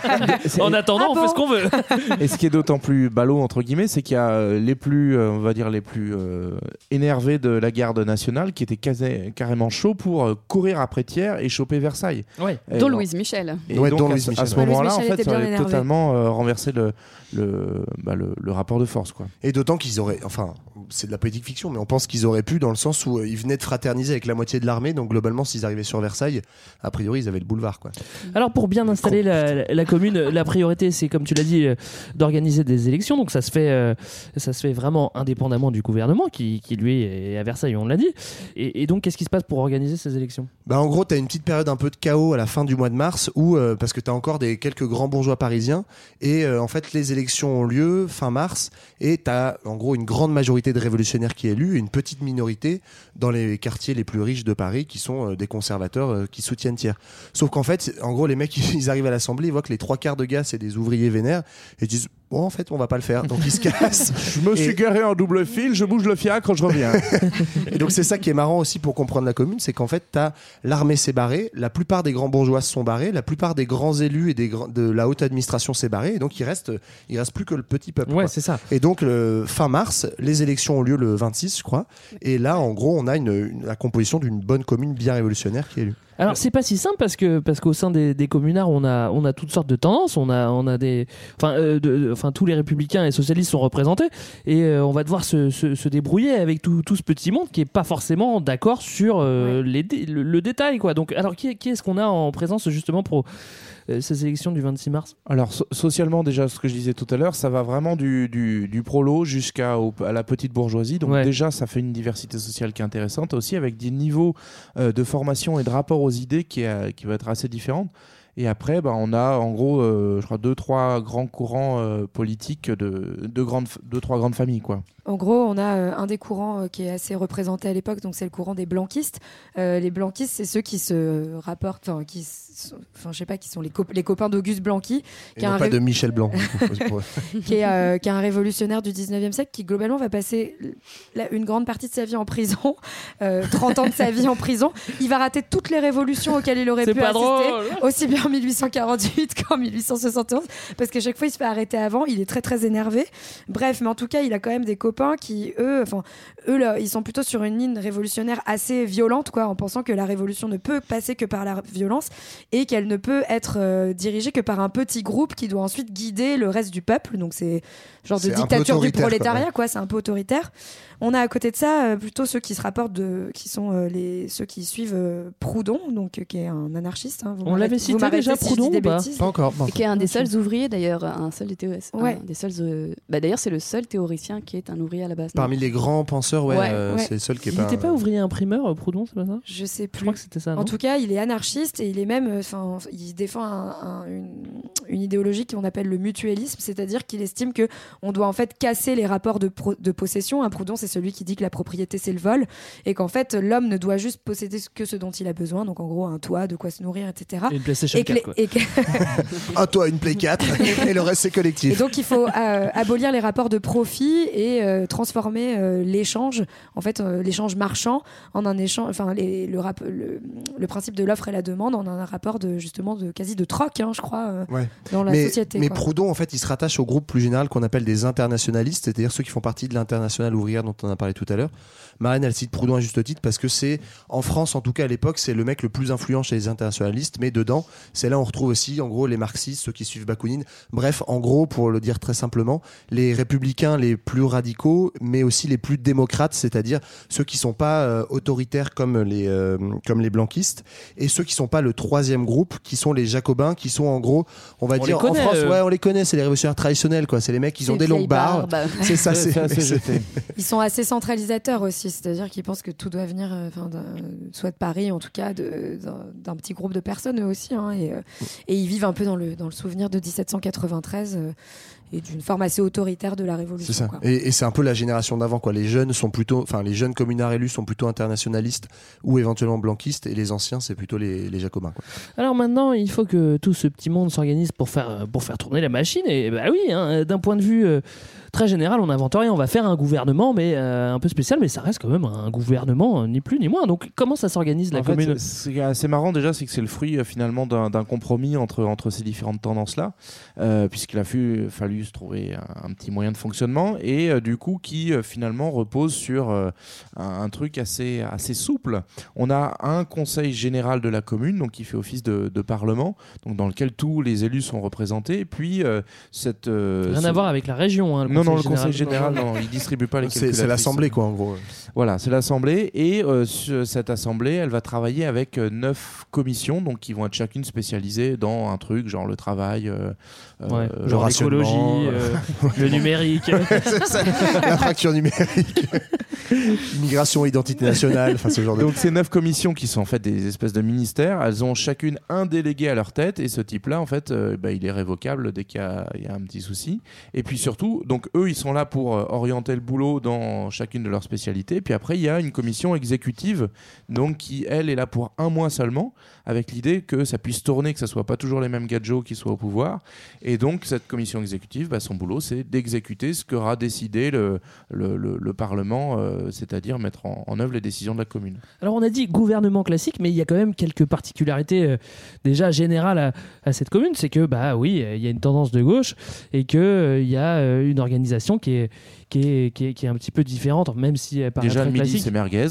En attendant, Ah on bon fait ce qu'on veut. Et ce qui est d'autant plus ballot entre guillemets, c'est qu'il y a euh, les plus, euh, on va dire les plus euh, énervés de la garde nationale qui étaient quasi- carrément chauds pour euh, courir après Thiers et choper Versailles. Ouais. Et Dont donc- Louise Michel. Et Ouais, donc dont à, Louise ce- à Michel. ce Ouais, moment-là, Louise en Michel fait, était ça bien aurait énervé. totalement euh, renversé le le, bah, le le rapport de force quoi. Et d'autant qu'ils auraient, enfin, c'est de la politique fiction, mais on pense qu'ils auraient pu dans le sens où euh, ils venaient de fraterniser avec la moitié de l'armée, donc globalement, s'ils arrivaient sur Versailles, a priori, ils avaient le boulevard, quoi. Alors pour bien installer la, la commune, la priorité c'est comme tu l'as dit euh, d'organiser des élections. Donc ça se fait, euh, ça se fait vraiment indépendamment du gouvernement qui, qui lui est à Versailles, on l'a dit. Et, et donc qu'est-ce qui se passe pour organiser ces élections ? Bah en gros, t'as une petite période un peu de chaos à la fin du mois de mars où euh, parce que t'as encore des quelques grands bourgeois parisiens et euh, en fait les élections ont lieu fin mars et t'as en gros une grande majorité de révolutionnaires qui est élue et une petite minorité dans les quartiers les plus riches de Paris qui sont euh, des conservateurs euh, qui soutiennent Thiers. Sauf qu'en fait, en gros, les mecs ils arrivent à l'Assemblée, ils voient que les trois quarts de gars c'est des ouvriers vénères et ils disent bon en fait on va pas le faire, donc ils se cassent. Je me Et- suis garé en double fil, je bouge le fiacre, je reviens. Et donc c'est ça qui est marrant aussi pour comprendre la commune, c'est qu'en fait t'as l'armée s'est barrée, la plupart des grands bourgeois se sont barrés, la plupart des grands élus et des grands- de la haute administration s'est barrée, et donc il reste il reste plus que le petit peuple. Ouais, quoi. c'est ça. Et donc le fin mars, les élections ont lieu le vingt-six, je crois, et là en gros on a une, une- la composition d'une bonne commune bien révolutionnaire qui est élue. Alors c'est pas si simple parce que parce qu'au sein des, des communards on a on a toutes sortes de tendances, on a on a des enfin euh, de- de- enfin tous les républicains et socialistes sont représentés et euh, on va devoir se, se, se débrouiller avec tout, tout ce petit monde qui est pas forcément d'accord sur euh, les dé- le, le détail quoi. Donc alors qui, qui est-ce qu'on a en présence justement pour euh, ces élections du vingt-six mars ? Alors so- socialement déjà ce que je disais tout à l'heure, ça va vraiment du, du, du prolo jusqu'à au- à la petite bourgeoisie. Donc Ouais. déjà ça fait une diversité sociale qui est intéressante aussi avec des niveaux euh, de formation et de rapport aux idées qui, est, qui va être assez différentes. Et après, bah, on a en gros, euh, je crois, deux, trois grands courants euh, politiques de deux, grandes, deux, trois grandes familles, quoi. En gros, on a euh, un des courants euh, qui est assez représenté à l'époque, donc c'est le courant des blanquistes. Euh, les blanquistes, c'est ceux qui se rapportent, enfin, qui, sont- enfin, je sais pas, qui sont les, cop- les copains d'Auguste Blanqui, Et qui est non un pas ré- de Michel Blanc. Pour- qui est, euh, qui est un révolutionnaire du dix-neuvième siècle, qui globalement va passer la- une grande partie de sa vie en prison, euh, trente ans de sa vie en prison. Il va rater toutes les révolutions auxquelles il aurait C'est pu pas assister, drôle. aussi bien en mille huit cent quarante-huit qu'en mille huit cent soixante et onze, parce qu'à chaque fois il se fait arrêter avant, il est très très énervé. Bref, mais en tout cas, il a quand même des copains qui, eux, enfin, eux, là, ils sont plutôt sur une ligne révolutionnaire assez violente, quoi, en pensant que la révolution ne peut passer que par la violence et qu'elle ne peut être euh, dirigée que par un petit groupe qui doit ensuite guider le reste du peuple. Donc c'est genre de C'est un peu dictature du autoritaire, quoi, prolétariat, ouais. quoi. C'est un peu autoritaire. On a à côté de ça euh, plutôt ceux qui se rapportent de, qui sont euh, les ceux qui suivent euh, Proudhon, donc euh, qui est un anarchiste. Hein. Vous On m'arrêtez- l'avait vous cité m'arrêtez déjà, si je dis Proudhon, des ou pas bêtises. Pas encore. pas Et qui est un des seuls ouvriers d'ailleurs, un seul des, théo- un Ouais. des seuls. euh, Bah, d'ailleurs, c'est le seul théoricien qui est un ouvrier à la base. non Parmi les grands penseurs, ouais, Ouais, euh, ouais. c'est le seul qui est Il pas. n'était pas ouvrier imprimeur, euh, Proudhon, c'est pas ça ? Je sais Je plus. crois que c'était ça. En non tout cas, il est anarchiste et il est même, enfin, il défend un- un- une, une idéologie qu'on appelle le mutualisme, c'est-à-dire qu'il estime que on doit en fait casser les rapports de, pro- de possession. Un Proudhon, c'est celui qui dit que la propriété c'est le vol et qu'en fait l'homme ne doit juste posséder que ce dont il a besoin, donc en gros un toit, de quoi se nourrir, et cetera. Et une PlayStation Et que les- quatre, quoi. et que- Ah toi une Play quatre et le reste c'est Et collectif. donc il faut euh, abolir les rapports de profit et euh, transformer euh, l'échange, en fait euh, l'échange marchand en un échange, enfin les- le, rap- le, le principe de l'offre et la demande en un rapport de justement de quasi de troc, hein, je crois, euh, Ouais. dans la mais, société. mais quoi. Proudhon, en fait, il se rattache au groupe plus général qu'on appelle des internationalistes, c'est-à-dire ceux qui font partie de l'internationale ouvrière dont on a parlé tout à l'heure. Marlène, elle cite Proudhon à juste titre parce que c'est, en France en tout cas à l'époque, c'est le mec le plus influent chez les internationalistes, mais dedans, c'est là où on retrouve aussi, en gros, les marxistes, ceux qui suivent Bakounine. Bref, en gros, pour le dire très simplement, les républicains les plus radicaux, mais aussi les plus démocrates, c'est-à-dire ceux qui sont pas euh, autoritaires comme les, euh, comme les blanquistes, et ceux qui sont pas le troisième groupe, qui sont les jacobins, qui sont en gros, on va On dire les connaît, en France, euh. ouais, on les connaît, c'est les révolutionnaires traditionnels, quoi. C'est les mecs qui ont C'est des vieille longues barbes. barbe. C'est ça, c'est C'est assez c'est- jeté. Ils sont assez centralisateurs aussi, c'est-à-dire qu'ils pensent que tout doit venir, euh, enfin, d'un- soit de Paris, en tout cas, de- d'un d'un petit groupe de personnes eux aussi, hein, et, euh, et ils vivent un peu dans le dans le souvenir de dix-sept cent quatre-vingt-treize euh, et d'une forme assez autoritaire de la Révolution. C'est ça. quoi. Et, et c'est un peu la génération d'avant, quoi. Les jeunes sont plutôt, enfin, les jeunes communards élus sont plutôt internationalistes ou éventuellement blanquistes, et les anciens, c'est plutôt les, les jacobins, quoi. Alors maintenant, il faut que tout ce petit monde s'organise pour faire, pour faire tourner la machine. Et bah oui, hein, d'un point de vue, euh, très général, on n'invente rien. On va faire un gouvernement, mais euh, un peu spécial, mais ça reste quand même un gouvernement, euh, ni plus ni moins. Donc, comment ça s'organise la en commune? fait, c'est assez marrant déjà, c'est que c'est le fruit euh, finalement d'un, d'un compromis entre, entre ces différentes tendances-là, euh, puisqu'il a fallu, fallu se trouver un, un petit moyen de fonctionnement et euh, du coup qui euh, finalement repose sur euh, un, un truc assez, assez souple. On a un conseil général de la commune, donc qui fait office de, de parlement, donc dans lequel tous les élus sont représentés. Et puis euh, cette euh, rien ce... à voir avec la région. Hein, le non, non, le général. conseil général, non, il distribue pas les calculatrices. C'est, c'est l'assemblée, quoi, en gros. Voilà, c'est l'assemblée et euh, cette assemblée, elle va travailler avec euh, neuf commissions, donc qui vont être chacune spécialisée dans un truc, genre le travail, euh, ouais, euh, genre l'écologie, euh, le numérique, c'est ça, la fracture numérique, immigration, identité nationale, enfin ce genre de. Donc ces neuf commissions qui sont en fait des espèces de ministères, elles ont chacune un délégué à leur tête et ce type-là, en fait, euh, bah, il est révocable dès qu'il y a, il y a un petit souci. Et puis surtout, donc eux, ils sont là pour euh, orienter le boulot dans chacune de leurs spécialités. Puis après, il y a une commission exécutive, donc qui elle est là pour un mois seulement, avec l'idée que ça puisse tourner, que ça soit pas toujours les mêmes gadgets qui soient au pouvoir. Et donc cette commission exécutive, bah, son boulot, c'est d'exécuter ce qu'aura décidé le, le, le, le Parlement, euh, c'est-à-dire mettre en, en œuvre les décisions de la commune. Alors on a dit gouvernement classique, mais il y a quand même quelques particularités euh, déjà générales à, à cette commune. C'est que bah oui, il y a une tendance de gauche et que euh, il y a euh, une organisation qui est qui est, qui est qui est un petit peu différente, même si elle paraît déjà très le midi, classique. c'est merguez.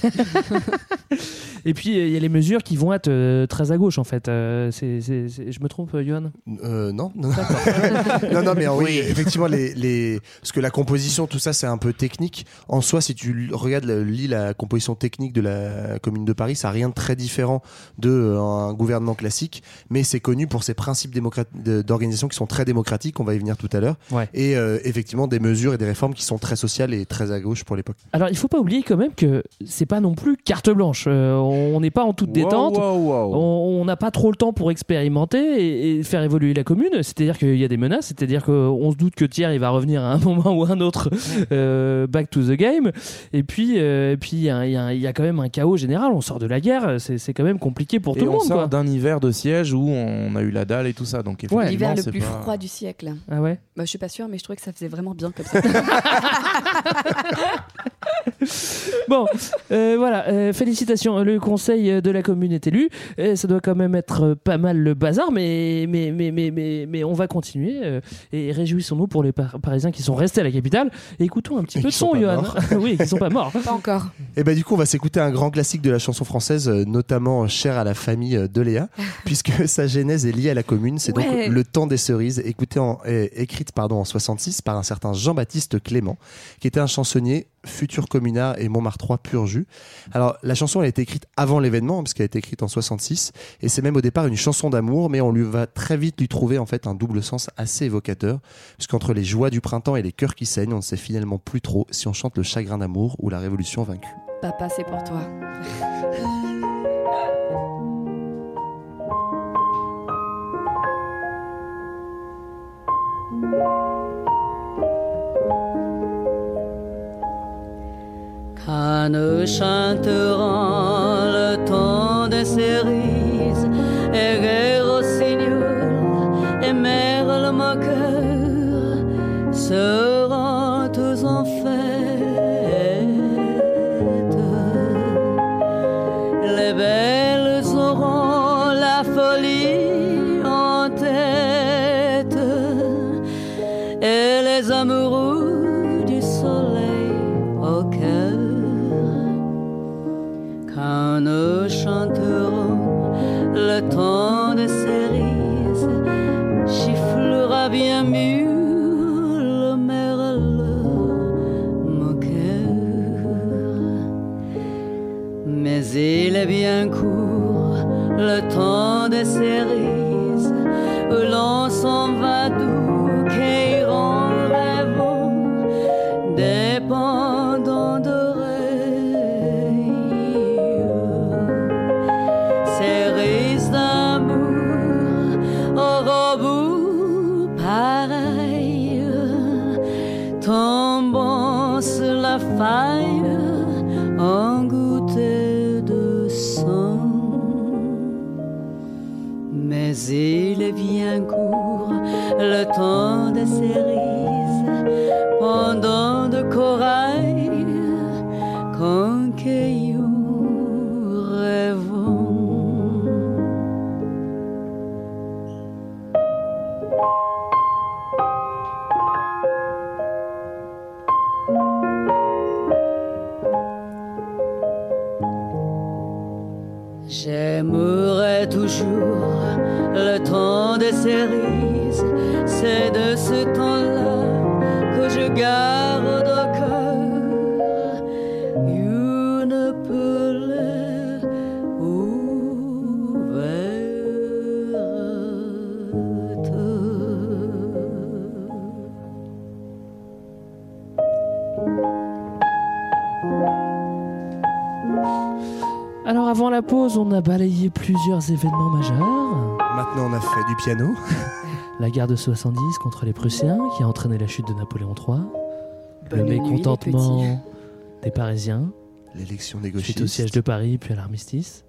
Et puis il y a les mesures qui vont être euh, très à gauche en fait. Euh, c'est, c'est, c'est... Je me trompe, Johan? euh, Non. non, non, mais oui, effectivement, les, les... parce que la composition, tout ça, c'est un peu technique. En soi, si tu regardes, lis la composition technique de la Commune de Paris, ça n'a rien de très différent d'un euh, gouvernement classique, mais c'est connu pour ses principes démocrat... d'organisation qui sont très démocratiques. On va y venir tout à l'heure. Ouais. Et euh, effectivement, des mesures et des réformes qui sont très sociales et très à gauche pour l'époque. Alors, il faut pas oublier quand même que c'est pas non plus carte blanche. Euh, on n'est pas en toute détente. Wow, wow, wow. On n'a pas trop le temps pour expérimenter et, et faire évoluer la commune. C'est-à-dire qu'il y a des menaces. C'est-à-dire qu'on se doute que Thiers il va revenir à un moment ou à un autre euh, back to the game. Et puis, euh, et puis il y, y, y a quand même un chaos général. On sort de la guerre. C'est, c'est quand même compliqué pour et tout le monde. on sort quoi. d'un hiver de siège où on a eu la dalle et tout ça. Donc effectivement, ouais. L'hiver le c'est plus pas... froid du siècle. Ah ouais. Bah, je suis pas sûre, mais je trouvais que ça faisait vraiment bien comme ça. Bon, euh, voilà, euh, félicitations, le conseil de la commune est élu. Et ça doit quand même être pas mal le bazar, mais, mais, mais, mais, mais, mais on va continuer euh, et réjouissons-nous pour les par- Parisiens qui sont restés à la capitale. Et écoutons un petit et peu de son, Johan. Oui, qui sont pas morts. Pas encore. Et bah du coup, on va s'écouter un grand classique de la chanson française, notamment cher à la famille de Léa, puisque sa genèse est liée à la commune. C'est ouais. donc Le Temps des cerises, écoutée en, euh, écrite pardon, en soixante-six par un certain Jean-Baptiste Clément, qui était un chansonnier futur communard et Montmartrois pur jus. Alors la chanson elle a été écrite avant l'événement parce qu'elle a été écrite en soixante-six et c'est même au départ une chanson d'amour, mais on lui va très vite lui trouver en fait un double sens assez évocateur, puisqu'entre les joies du printemps et les cœurs qui saignent, on ne sait finalement plus trop si on chante le chagrin d'amour ou la révolution vaincue. Papa, c'est pour toi. Quand nous chanterons le temps des cerises et rire au rossignol et merle moqueur seront tous en fête. Les belles auront la folie en tête et les amoureux du soleil au cœur. Quand nous chanterons le temps des cerises, chifflera bien mieux le merle moqueur. Mais il est bien court le temps des cerises où l'on s'en va doux, qu'iront rêvant, dépendant d'oreilles. Cerises d'amour au bout pareil, tombant sur la faille en gouttes de sang. Mais il est bien court le temps des cerises toujours le temps des cerises. C'est de ce temps-là que je garde au cœur une pelée Alors avant la pause, on a balayé plusieurs événements majeurs. Maintenant, on a fait du piano. La guerre de soixante-dix contre les Prussiens qui a entraîné la chute de Napoléon trois. Bonne Le nuit, mécontentement des Parisiens. L'élection des gauchistes. Suite au siège de Paris, puis à l'armistice.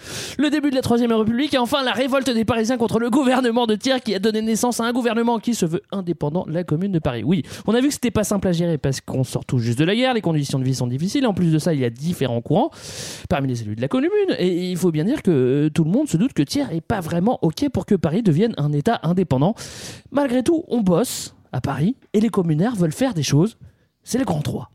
Le début de la Troisième République et enfin la révolte des Parisiens contre le gouvernement de Thiers qui a donné naissance à un gouvernement qui se veut indépendant, la Commune de Paris. Oui, on a vu que c'était pas simple à gérer parce qu'on sort tout juste de la guerre, les conditions de vie sont difficiles, en plus de ça il y a différents courants parmi les élus de la Commune et il faut bien dire que tout le monde se doute que Thiers est pas vraiment ok pour que Paris devienne un État indépendant. Malgré tout, on bosse à Paris et les communaires veulent faire des choses. C'est le grand trois.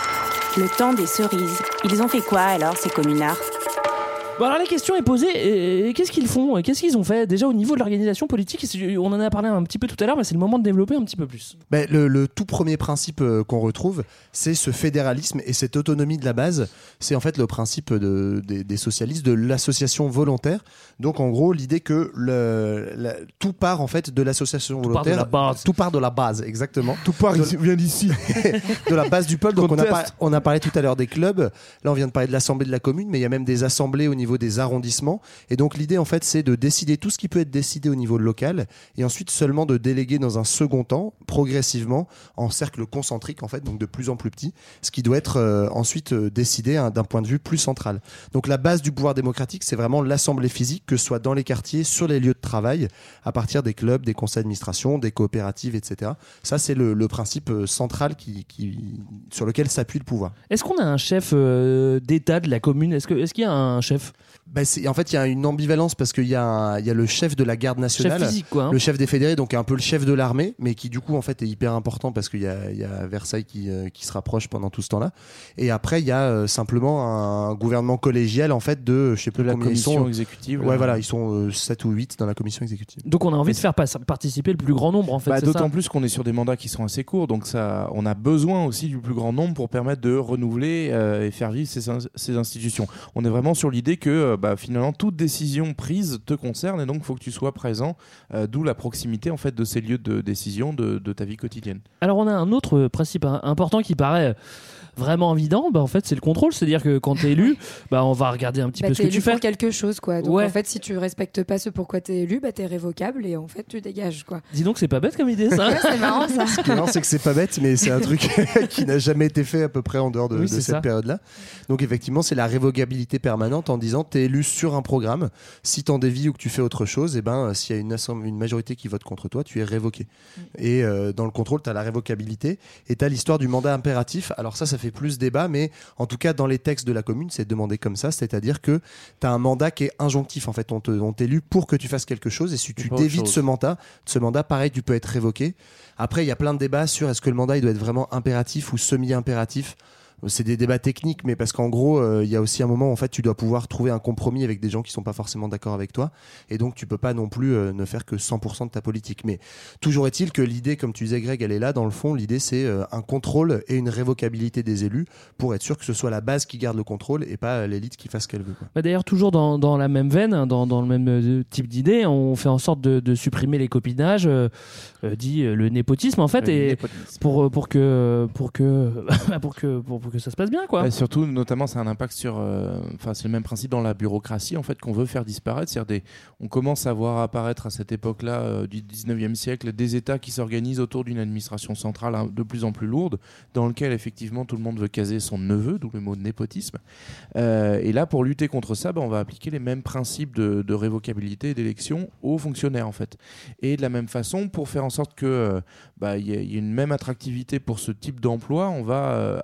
Le temps des cerises. Ils ont fait quoi alors, ces communards ? Bon alors la question est posée, et qu'est-ce qu'ils font ? Qu'est-ce qu'ils ont fait ? Déjà au niveau de l'organisation politique, on en a parlé un petit peu tout à l'heure, mais c'est le moment de développer un petit peu plus. Ben, le, le tout premier principe euh, qu'on retrouve, c'est ce fédéralisme et cette autonomie de la base. C'est en fait le principe de, des, des socialistes de l'association volontaire. Donc en gros l'idée que le, la, tout part en fait de l'association tout volontaire. Part de la base. Tout part de la base, exactement. Tout part de, vient d'ici. De la base du peuple. Donc on a, par, on a parlé tout à l'heure des clubs. Là on vient de parler de l'assemblée de la commune, mais il y a même des assemblées au niveau niveau des arrondissements. Et donc l'idée en fait c'est de décider tout ce qui peut être décidé au niveau local et ensuite seulement de déléguer dans un second temps progressivement en cercle concentrique en fait, donc de plus en plus petit, ce qui doit être euh, ensuite euh, décidé hein, d'un point de vue plus central. Donc la base du pouvoir démocratique c'est vraiment l'assemblée physique, que ce soit dans les quartiers, sur les lieux de travail, à partir des clubs, des conseils d'administration, des coopératives, et cetera. Ça c'est le, le principe euh, central qui, qui, sur lequel s'appuie le pouvoir. Est-ce qu'on a un chef euh, d'État de la commune ? Est-ce que, est-ce qu'il y a un chef ? Ben c'est, en fait, il y a une ambivalence parce qu'il y a, un, il y a le chef de la garde nationale, chef physique, quoi, hein. Le chef des fédérés, donc un peu le chef de l'armée, mais qui du coup en fait est hyper important parce qu'il y a, il y a Versailles qui, euh, qui se rapproche pendant tout ce temps-là. Et après, il y a euh, simplement un gouvernement collégial en fait de, je sais plus de la combien commission ils sont, exécutive. Ouais, là. voilà, ils sont euh, sept ou huit dans la commission exécutive. Donc on a envie de faire pas, participer le plus grand nombre en fait. Bah, c'est d'autant ça plus qu'on est sur des mandats qui sont assez courts, donc ça, on a besoin aussi du plus grand nombre pour permettre de renouveler euh, et faire vivre ces, ces institutions. On est vraiment sur l'idée que euh, bah, finalement toute décision prise te concerne et donc il faut que tu sois présent, euh, d'où la proximité en fait de ces lieux de décision de, de ta vie quotidienne. Alors on a un autre principe important qui paraît vraiment évident, bah en fait c'est le contrôle, c'est-à-dire que quand t'es élu, bah on va regarder un petit bah, peu ce que tu fais. Pour quelque chose quoi. Donc ouais. en fait si tu respectes pas ce pourquoi t'es élu, bah t'es révocable et en fait tu dégages quoi. Dis donc c'est pas bête comme idée ça. Ouais, c'est marrant ça. Ce qui est marrant c'est que c'est pas bête, mais c'est un truc qui n'a jamais été fait à peu près en dehors de, oui, de cette ça. période-là. Donc effectivement c'est la révocabilité permanente en disant t'es élu sur un programme, si t'en dévies ou que tu fais autre chose, et ben s'il y a une, assemblée, une majorité qui vote contre toi, tu es révoqué. Mmh. Et euh, dans le contrôle t'as la révocabilité et t'as l'histoire du mandat impératif. Alors ça ça fait plus débat, mais en tout cas dans les textes de la commune c'est demandé comme ça, c'est-à-dire que tu as un mandat qui est injonctif en fait, on, te, on t'élu pour que tu fasses quelque chose et si tu dévies de ce mandat, de ce mandat pareil tu peux être révoqué. Après il y a plein de débats sur est-ce que le mandat il doit être vraiment impératif ou semi-impératif. C'est des débats techniques, mais parce qu'en gros, il euh, y a aussi un moment où en fait, tu dois pouvoir trouver un compromis avec des gens qui sont pas forcément d'accord avec toi, et donc tu peux pas non plus euh, ne faire que cent pour cent de ta politique. Mais toujours est-il que l'idée, comme tu disais Greg, elle est là dans le fond. L'idée, c'est euh, un contrôle et une révocabilité des élus pour être sûr que ce soit la base qui garde le contrôle et pas l'élite qui fasse ce qu'elle veut. Quoi. Bah d'ailleurs, toujours dans, dans la même veine, dans, dans le même euh, type d'idée, on fait en sorte de, de supprimer les copinages, euh, euh, dit euh, le népotisme en fait, le et népotisme. pour pour que pour que pour que pour, pour que ça se passe bien quoi. Et surtout, notamment, ça a un impact sur. Enfin, euh, c'est le même principe dans la bureaucratie en fait qu'on veut faire disparaître. C'est-à-dire des, on commence à voir apparaître à cette époque-là euh, du dix-neuvième siècle des États qui s'organisent autour d'une administration centrale hein, de plus en plus lourde, dans lequel effectivement tout le monde veut caser son neveu, d'où le mot népotisme. Euh, et là, pour lutter contre ça, bah, on va appliquer les mêmes principes de, de révocabilité et d'élection aux fonctionnaires en fait. Et de la même façon, pour faire en sorte que euh, bah, y, y ait une même attractivité pour ce type d'emploi, on va euh, avoir une politique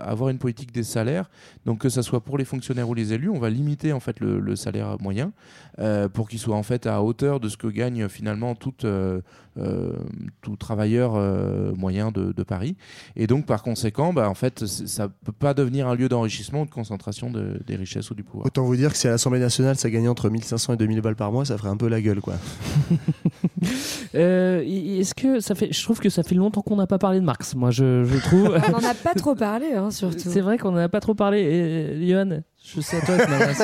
politique des salaires. Donc que ça soit pour les fonctionnaires ou les élus, on va limiter en fait le, le salaire moyen euh, pour qu'il soit en fait à hauteur de ce que gagne finalement tout, euh, euh, tout travailleur euh, moyen de, de Paris. Et donc par conséquent, bah, en fait, ça peut pas devenir un lieu d'enrichissement ou de concentration de, des richesses ou du pouvoir. Autant vous dire que si à l'Assemblée nationale ça gagnait entre mille cinq cents et deux mille balles par mois, ça ferait un peu la gueule, quoi. euh, est-ce que ça fait, je trouve que ça fait longtemps qu'on n'a pas parlé de Marx. Moi, je, je trouve. On n'en a pas trop parlé, hein, surtout. C'est vrai qu'on n'en a pas trop parlé. Et, Johan, je sais à toi que m'adresse.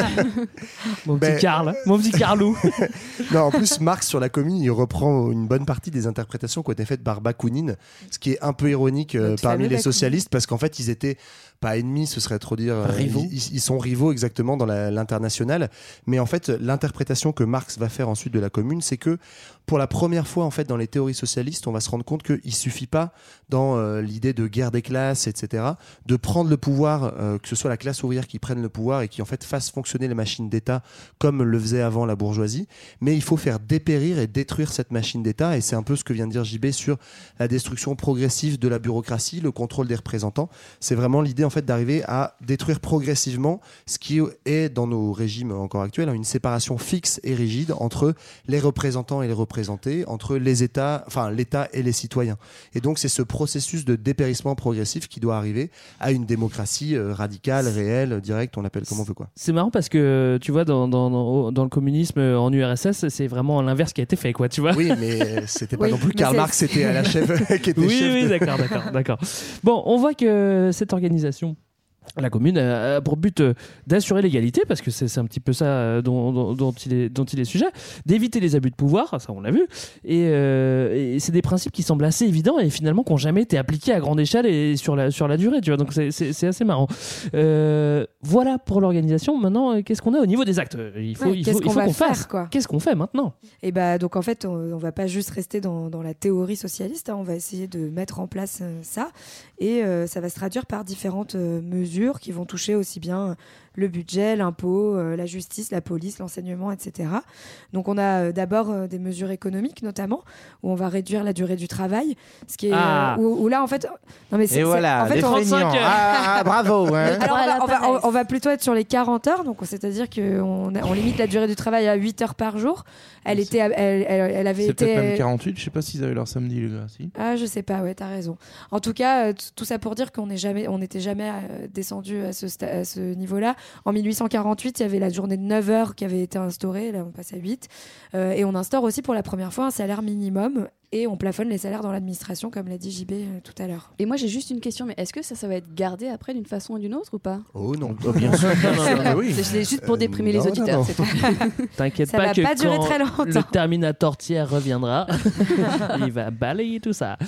Mon petit Ben, Karl, mon petit Carlou. Non, en plus, Marx sur la Commune, il reprend une bonne partie des interprétations qui ont été faites par Bakounine, ce qui est un peu ironique euh, parmi les Bakounine. socialistes, parce qu'en fait, ils étaient pas ennemis, ce serait trop dire. Euh, rivaux. Ils, ils sont rivaux exactement dans la, l'international, mais en fait, l'interprétation que Marx va faire ensuite de la Commune, c'est que pour la première fois, en fait, dans les théories socialistes, on va se rendre compte qu'il suffit pas, dans euh, l'idée de guerre des classes, et cetera, de prendre le pouvoir, euh, que ce soit la classe ouvrière qui prenne le pouvoir et qui en fait fasse fonctionner les machines d'État comme le faisait avant la bourgeoisie, mais il faut faire dépérir et détruire cette machine d'État, et c'est un peu ce que vient de dire J B sur la destruction progressive de la bureaucratie, le contrôle des représentants. C'est vraiment l'idée en fait d'arriver à détruire progressivement ce qui est dans nos régimes encore actuels, hein, une séparation fixe et rigide entre les représentants et les représentés, entre les États, enfin l'État et les citoyens. Et donc c'est ce processus de dépérissement progressif qui doit arriver à une démocratie euh, radicale, réelle, directe, on l'appelle comme on veut, quoi. C'est marrant parce que tu vois dans, dans, dans, dans le communisme en U R S S, c'est vraiment l'inverse qui a été fait, quoi, tu vois. Oui, mais c'était pas Oui, non plus Karl c'est... Marx, c'était à la chef qui était oui, chef. Oui, de... d'accord, d'accord, d'accord. Bon, on voit que cette organisation, la Commune, a pour but d'assurer l'égalité, parce que c'est, c'est un petit peu ça dont, dont, dont, il est, dont il est sujet, d'éviter les abus de pouvoir, ça on l'a vu, et, euh, et c'est des principes qui semblent assez évidents et finalement qui n'ont jamais été appliqués à grande échelle et sur la, sur la durée, tu vois, donc c'est, c'est, c'est assez marrant. Euh, voilà pour l'organisation. Maintenant, qu'est-ce qu'on a au niveau des actes ? Il faut, ouais, il qu'est-ce faut, qu'on il faut va qu'on faire, fasse. quoi. Qu'est-ce qu'on fait maintenant ? Et bah, donc en fait, on, on va pas juste rester dans, dans la théorie socialiste, hein, on va essayer de mettre en place euh, ça, et euh, ça va se traduire par différentes euh, mesures qui vont toucher aussi bien le budget, l'impôt, euh, la justice, la police, l'enseignement, et cetera. Donc on a euh, d'abord euh, des mesures économiques notamment, où on va réduire la durée du travail, ce qui est Ah. euh, où, où là en fait, non mais c'est, Et voilà, c'est, en fait, les on, feignants. Ah, ah, bravo, hein. Alors, on, va, on, va, on va plutôt être sur les quarante heures, donc c'est-à-dire qu'on on limite la durée du travail à huit heures par jour. Elle était, elle, elle, elle avait C'est été. peut-être même quarante-huit, je sais pas s'ils avaient leur samedi, les gars. Si. Ah, je sais pas, ouais, t'as raison. En tout cas, euh, t- tout ça pour dire qu'on n'est jamais, on n'était jamais euh, descendu à ce, sta- à ce niveau-là. En mille huit cent quarante-huit, il y avait la journée de neuf heures qui avait été instaurée, là on passe à huit. Euh, et on instaure aussi pour la première fois un salaire minimum. Et on plafonne les salaires dans l'administration, comme l'a dit J B euh, tout à l'heure. Et moi, j'ai juste une question, mais est-ce que ça, ça va être gardé après d'une façon ou d'une autre ou pas ? Oh non, oh, bien sûr. Non, non, non, oui. C'est, c'est juste pour déprimer Euh, les non, auditeurs, non, non. c'est tout. T'inquiète Ça pas va que pas durer quand très longtemps. le Terminator tiers reviendra, il va balayer tout ça.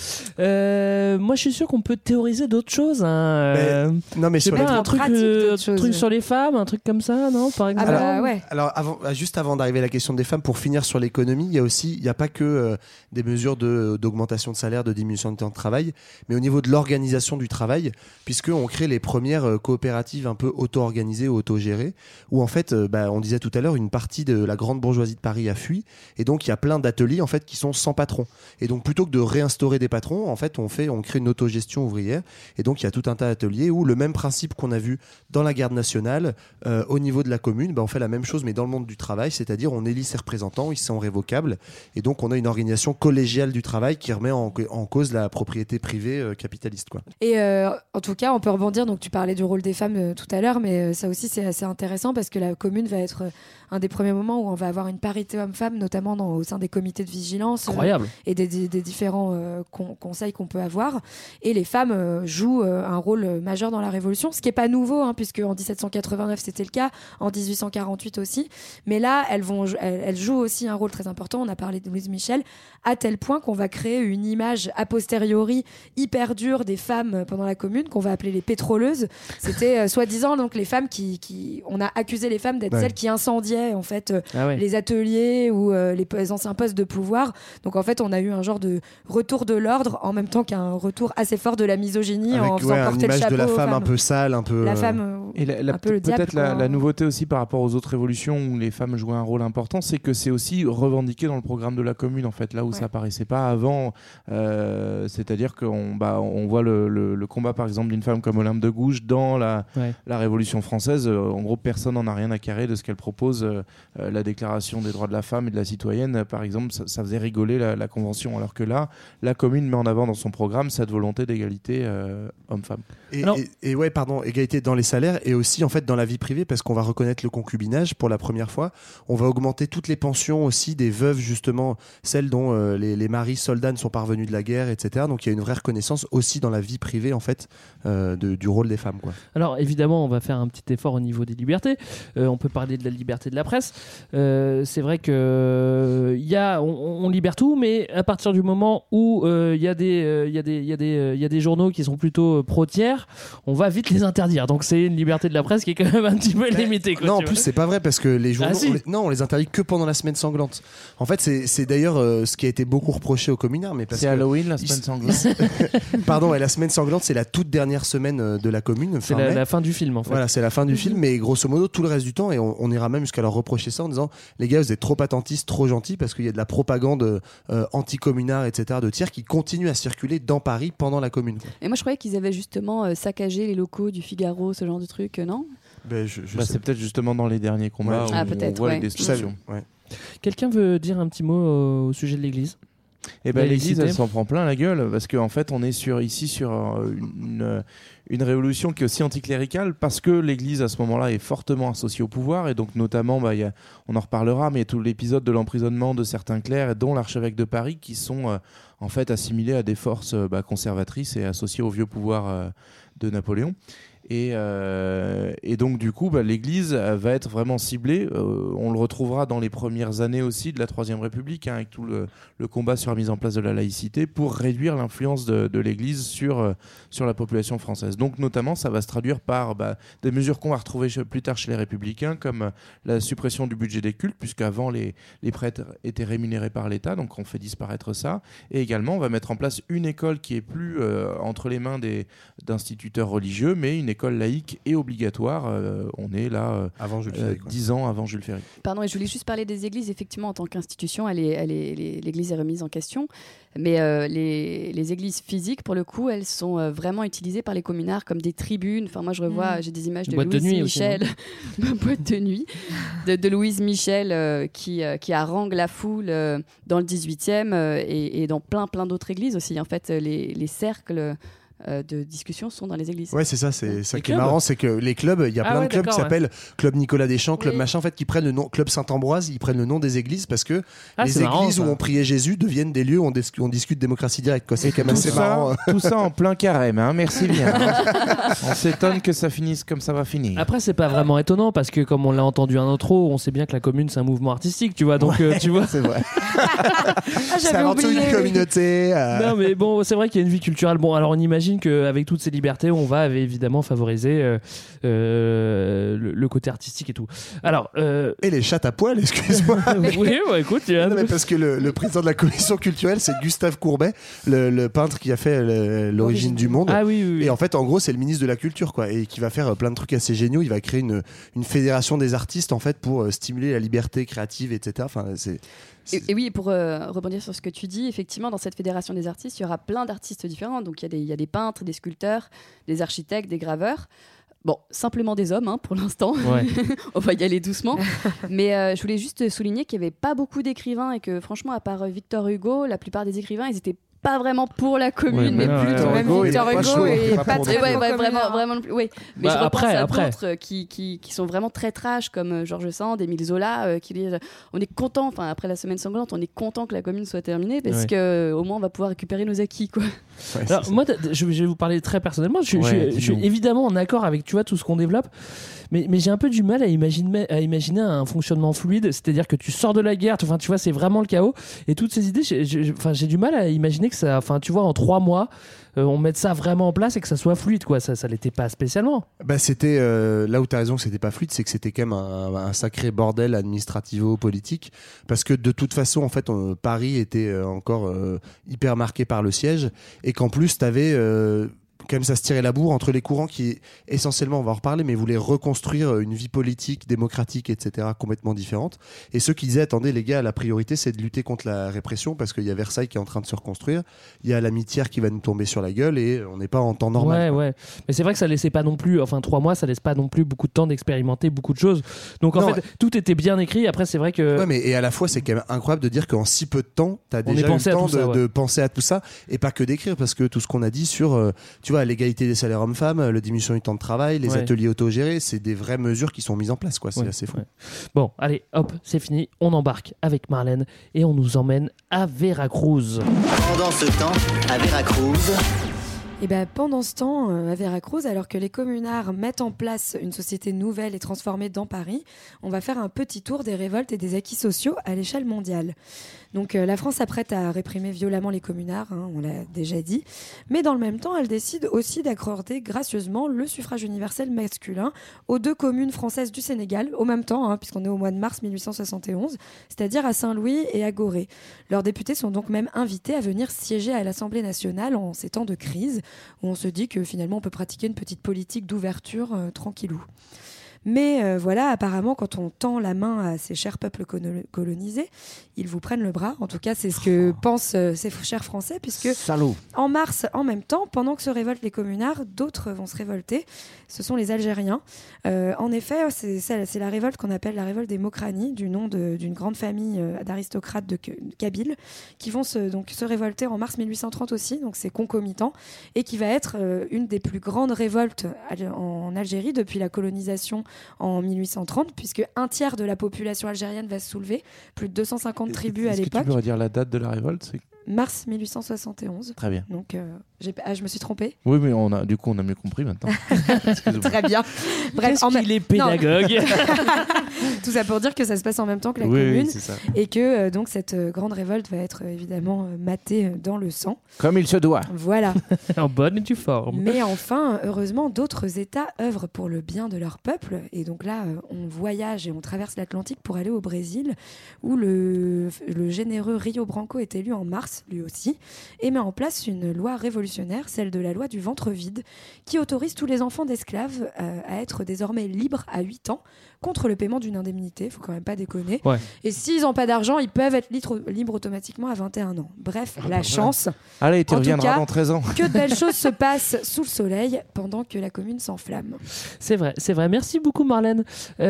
Euh, moi, je suis sûr qu'on peut théoriser d'autres choses. Hein. Euh, Mais- non, mais je sais sur pas, les- un truc, Pratique euh, d'autres choses. truc sur les femmes, un truc comme ça, non, par exemple. bah, Alors, ouais. alors avant, juste avant d'arriver à la question des femmes, pour finir sur l'économie, il y a aussi, il n'y a pas que euh, des mesures de, d'augmentation de salaire, de diminution de temps de travail, mais au niveau de l'organisation du travail, puisqu'on crée les premières euh, coopératives un peu auto-organisées ou auto-gérées, où en fait, euh, bah, on disait tout à l'heure, une partie de la grande bourgeoisie de Paris a fui, et donc il y a plein d'ateliers en fait qui sont sans patron. Et donc plutôt que de réinstaurer des patrons, en fait, on fait, on crée une autogestion ouvrière, et donc il y a tout un tas d'ateliers où le même principe qu'on a vu dans la garde nationale, euh, au niveau de la commune, bah, on fait la même chose mais dans le monde du travail, c'est-à-dire on élit ses représentants, ils sont révocables, et donc on a une organisation collégiale du travail qui remet en, en cause la propriété privée euh, capitaliste, quoi. Et euh, en tout cas, on peut rebondir. Donc, tu parlais du rôle des femmes euh, tout à l'heure, mais euh, ça aussi, c'est assez intéressant parce que la commune va être euh, un des premiers moments où on va avoir une parité homme-femme, notamment dans, au sein des comités de vigilance Incroyable. euh, et des, des, des différents euh, con- conseils qu'on peut avoir. Et les femmes euh, jouent euh, un rôle euh, majeur dans la Révolution, ce qui n'est pas nouveau, hein, puisque en dix-sept cent quatre-vingt-neuf, c'était le cas, en dix-huit cent quarante-huit aussi. Mais là, elles, vont, elles, elles jouent aussi un rôle très important. On a parlé de Louise Michel, à tel point qu'on va créer une image a posteriori hyper dure des femmes pendant la Commune, qu'on va appeler les pétroleuses. C'était euh, soi-disant donc les femmes qui, qui... On a accusé les femmes d'être Ouais. celles qui incendiaient en fait euh, Ah ouais. les ateliers ou euh, les, les anciens postes de pouvoir. Donc en fait, on a eu un genre de retour de l'ordre en même temps qu'un retour assez fort de la misogynie en Avec faisant ouais, une porter le image chapeau de la aux femme femmes. un peu sale, un peu. La euh, femme euh, Et la, la- un peu le diable, peut-être la, quoi. la nouveauté aussi par rapport aux autres révolutions où les femmes jouaient un rôle important, c'est que c'est aussi revendiqué dans le programme de la Commune, en fait, là où Ouais. ça apparaissait c'est pas avant. Euh, c'est-à-dire qu'on bah, on voit le, le, le combat par exemple d'une femme comme Olympe de Gouges dans la, ouais. la Révolution française. Euh, en gros, personne n'en a rien à carrer de ce qu'elle propose. Euh, la Déclaration des droits de la femme et de la citoyenne, euh, par exemple, ça, ça faisait rigoler la, la Convention. Alors que là, la Commune met en avant dans son programme cette volonté d'égalité euh, homme-femme. Et, et, et ouais, pardon, égalité dans les salaires et aussi en fait dans la vie privée, parce qu'on va reconnaître le concubinage pour la première fois. On va augmenter toutes les pensions aussi des veuves, justement, celles dont euh, les, les maris soldats ne sont pas revenus de la guerre, et cetera. Donc il y a une vraie reconnaissance aussi dans la vie privée en fait euh, de, du rôle des femmes, quoi. Alors évidemment, on va faire un petit effort au niveau des libertés. Euh, on peut parler de la liberté de la presse. Euh, c'est vrai que euh, y a, on, on libère tout, mais à partir du moment où il euh, y a des, il euh, y a des, il y a des, il y a des journaux qui sont plutôt pro-tiers, on va vite les interdire. Donc c'est une liberté de la presse qui est quand même un petit peu limitée, quoi. Non, en plus c'est pas vrai, parce que les journaux, ah, si. on les, non, on les interdit que pendant la semaine sanglante. En fait, c'est, c'est d'ailleurs euh, ce qui a été beaucoup reproché aux communards, mais parce c'est que Halloween, la semaine sanglante. Pardon, et la semaine sanglante, c'est la toute dernière semaine de la Commune. C'est la, la fin du film, en fait. Voilà, c'est la fin du film, mais grosso modo tout le reste du temps, et on, on ira même jusqu'à leur reprocher ça en disant les gars, vous êtes trop attentistes, trop gentils, parce qu'il y a de la propagande euh, anti-communard, et cetera, de tiers qui continue à circuler dans Paris pendant la Commune. Et moi, je croyais qu'ils avaient justement euh, saccagé les locaux du Figaro, ce genre de truc, euh, non ? Ben, je, je bah, c'est peut-être justement dans les derniers combats ouais. où ah, on voit ouais. les destructions. Ouais. Quelqu'un veut dire un petit mot euh, au sujet de l'Église ? Eh ben, l'Église, elle s'en prend plein la gueule, parce qu'en fait, on est sur, ici sur une, une révolution qui est aussi anticléricale, parce que l'Église, à ce moment-là, est fortement associée au pouvoir, et donc notamment, bah, y a, on en reparlera, mais il y a tout l'épisode de l'emprisonnement de certains clercs, dont l'archevêque de Paris, qui sont euh, en fait assimilés à des forces euh, bah, conservatrices et associés au vieux pouvoir euh, de Napoléon. Et, euh, et donc du coup bah, l'Église va être vraiment ciblée, euh, on le retrouvera dans les premières années aussi de la Troisième République, hein, avec tout le, le combat sur la mise en place de la laïcité pour réduire l'influence de, de l'Église sur, euh, sur la population française. Donc notamment ça va se traduire par bah, des mesures qu'on va retrouver plus tard chez les Républicains, comme la suppression du budget des cultes, puisqu'avant les, les prêtres étaient rémunérés par l'État, donc on fait disparaître ça. Et également on va mettre en place une école qui est plus euh, entre les mains des, d'instituteurs religieux, mais une école laïque et obligatoire. Euh, on est là euh, avant Jules Ferry, euh, dix ans avant Jules Ferry. Pardon, et je voulais juste parler des églises. Effectivement, en tant qu'institution, elle est, elle est, l'Église est remise en question. Mais euh, les, les églises physiques, pour le coup, elles sont euh, vraiment utilisées par les communards comme des tribunes. Enfin, moi, je revois, mmh. j'ai des images de boîte Louise de nuit Michel, aussi, boîte de nuit, de, de Louise Michel euh, qui, euh, qui harangue la foule euh, dans le dix-huitième euh, et, et dans plein, plein d'autres églises aussi. En fait, les, les cercles Euh, de discussion sont dans les églises. Ouais, c'est ça, c'est ouais. ça les qui est clubs. marrant, c'est que les clubs, il y a ah plein ouais, de clubs qui s'appellent ouais. Club Nicolas Deschamps, Club oui. machin, en fait, qui prennent le nom, Club Saint-Ambroise, ils prennent le nom des églises parce que ah, les églises marrant, où on priait Jésus deviennent des lieux où on, dis- où on discute démocratie directe, quoi. C'est quand même assez ça, marrant. Tout ça en plein carême, hein, merci bien. On s'étonne que ça finisse comme ça va finir. Après, c'est pas vraiment étonnant parce que, comme on l'a entendu en intro, on sait bien que la Commune c'est un mouvement artistique, tu vois. Donc, ouais, euh, tu vois. C'est vrai. ah, c'est avant tout une communauté. Euh... Non, mais bon, c'est vrai qu'il y a une vie culturelle. Bon, alors on imagine qu'avec toutes ces libertés, on va évidemment favoriser euh, euh, le, le côté artistique et tout. Alors, euh... et les chattes à poil, excuse-moi. oui, ouais, écoute, il y a... non, mais parce que le, le président de la commission culturelle, c'est Gustave Courbet, le, le peintre qui a fait le, l'origine du monde. Ah oui, oui, oui. Et en fait, en gros, c'est le ministre de la culture, quoi, et qui va faire plein de trucs assez géniaux. Il va créer une, une fédération des artistes, en fait, pour stimuler la liberté créative, et cetera. Enfin, c'est Et, et oui, pour euh, rebondir sur ce que tu dis, effectivement, dans cette fédération des artistes, il y aura plein d'artistes différents. Donc, il y a des, il y a des peintres, des sculpteurs, des architectes, des graveurs. Bon, simplement des hommes, hein, pour l'instant. Ouais. On va y aller doucement. Mais euh, je voulais juste souligner qu'il n'y avait pas beaucoup d'écrivains et que, franchement, à part Victor Hugo, la plupart des écrivains, ils étaient pas vraiment pour la Commune, ouais, mais ouais, plutôt ouais, même Hugo, Victor il est pas Hugo chaud, et pas pas pour très nous. ouais, ouais, pour vraiment, communard. vraiment. Oui. Mais Bah, je repense après, à après. d'autres qui, qui, qui sont vraiment très trash, comme euh, Georges Sand, Émile Zola, euh, qui disent on est content, enfin après la semaine sanglante, on est content que la Commune soit terminée parce Ouais. que euh, au moins on va pouvoir récupérer nos acquis, quoi. Ouais, Alors, c'est moi, je vais vous parler très personnellement. Je, Ouais, je- je suis dis-nous. évidemment en accord avec tu vois, tout ce qu'on développe, mais, mais j'ai un peu du mal à imaginer, à imaginer un fonctionnement fluide. C'est-à-dire que tu sors de la guerre, enfin, tu vois, c'est vraiment le chaos. Et toutes ces idées, j'ai, j'ai- enfin, j'ai du mal à imaginer que ça, enfin, tu vois, en trois mois, euh, on mette ça vraiment en place et que ça soit fluide, quoi. Ça, ça l'était pas spécialement. Bah, c'était euh, là où tu as raison que c'était pas fluide, c'est que c'était quand même un, un sacré bordel administrativo-politique, parce que de toute façon, en fait, on- Paris était euh, encore euh, hyper marqué par le siège, et qu'en plus, tu avais quand même ça se tirait la bourre entre les courants qui essentiellement, on va en reparler, mais voulaient reconstruire une vie politique, démocratique, et cetera complètement différente, et ceux qui disaient attendez les gars, la priorité c'est de lutter contre la répression parce qu'il y a Versailles qui est en train de se reconstruire, il y a l'amitière qui va nous tomber sur la gueule et on n'est pas en temps normal. Ouais, ouais. Mais c'est vrai que ça laissait pas non plus, enfin trois mois, ça laisse pas non plus beaucoup de temps d'expérimenter beaucoup de choses. Donc en non, fait, ouais. tout était bien écrit. Après, c'est vrai que. Ouais, mais et à la fois, c'est quand même incroyable de dire qu'en si peu de temps, t'as déjà eu le temps de, ça, ouais. de penser à tout ça et pas que d'écrire, parce que tout ce qu'on a dit sur, euh, tu vois, l'égalité des salaires hommes-femmes, la diminution du temps de travail, les ouais. ateliers autogérés, c'est des vraies mesures qui sont mises en place, quoi. C'est ouais, assez fou. Ouais. Bon, allez, hop, c'est fini. On embarque avec Marlène et on nous emmène à Veracruz. Pendant ce temps, à Veracruz. Et ben pendant ce temps, euh, à Veracruz, alors que les communards mettent en place une société nouvelle et transformée dans Paris, on va faire un petit tour des révoltes et des acquis sociaux à l'échelle mondiale. Donc euh, la France s'apprête à réprimer violemment les communards, hein, on l'a déjà dit, mais dans le même temps, elle décide aussi d'accorder gracieusement le suffrage universel masculin aux deux communes françaises du Sénégal, au même temps, hein, puisqu'on est au mois de mars mille huit cent soixante et onze, c'est-à-dire à Saint-Louis et à Gorée. Leurs députés sont donc même invités à venir siéger à l'Assemblée nationale en ces temps de crise, où on se dit que finalement on peut pratiquer une petite politique d'ouverture euh, tranquillou. Mais euh, voilà, apparemment, quand on tend la main à ces chers peuples colonisés, ils vous prennent le bras. En tout cas, c'est ce que pensent euh, ces chers Français, puisque Salaud. En mars, en même temps, pendant que se révoltent les communards, d'autres vont se révolter. Ce sont les Algériens. Euh, en effet, c'est, c'est, c'est la révolte qu'on appelle la révolte des Mokrani, du nom de, d'une grande famille euh, d'aristocrates de Kabyles, qui vont se, donc, se révolter en mars mille huit cent trente aussi, donc c'est concomitant, et qui va être euh, une des plus grandes révoltes en Algérie depuis la colonisation en mille huit cent trente, puisque un tiers de la population algérienne va se soulever, plus de deux cent cinquante tribus Est-ce à l'époque. Que tu peux redire la date de la révolte, c'est... Mars mille huit cent soixante et onze. Très bien. Donc, euh, j'ai... Ah, je me suis trompée. Oui, mais on a, du coup, on a mieux compris maintenant. Très bien. Bref, Qu'est-ce en qu'il est pédagogue. Tout ça pour dire que ça se passe en même temps que la oui, commune, oui, c'est ça. et que euh, donc cette euh, grande révolte va être euh, évidemment euh, matée euh, dans le sang. Comme il se doit. Voilà. En bonne et due forme. Mais enfin, heureusement, d'autres États œuvrent pour le bien de leur peuple, et donc là, euh, on voyage et on traverse l'Atlantique pour aller au Brésil, où le, le généreux Rio Branco est élu en mars, lui aussi, et met en place une loi révolutionnaire, celle de la loi du ventre vide, qui autorise tous les enfants d'esclaves euh, à être désormais libres à huit ans, contre le paiement d'une indemnité, faut quand même pas déconner. Ouais. Et s'ils n'ont pas d'argent, ils peuvent être libres, libres automatiquement à vingt et un ans. Bref, Ah, la bah, chance. Allez, tu En tout reviendras cas, dans treize ans. Que de belles choses se passent sous le soleil pendant que la commune s'enflamme. C'est vrai, c'est vrai. Merci beaucoup Marlène.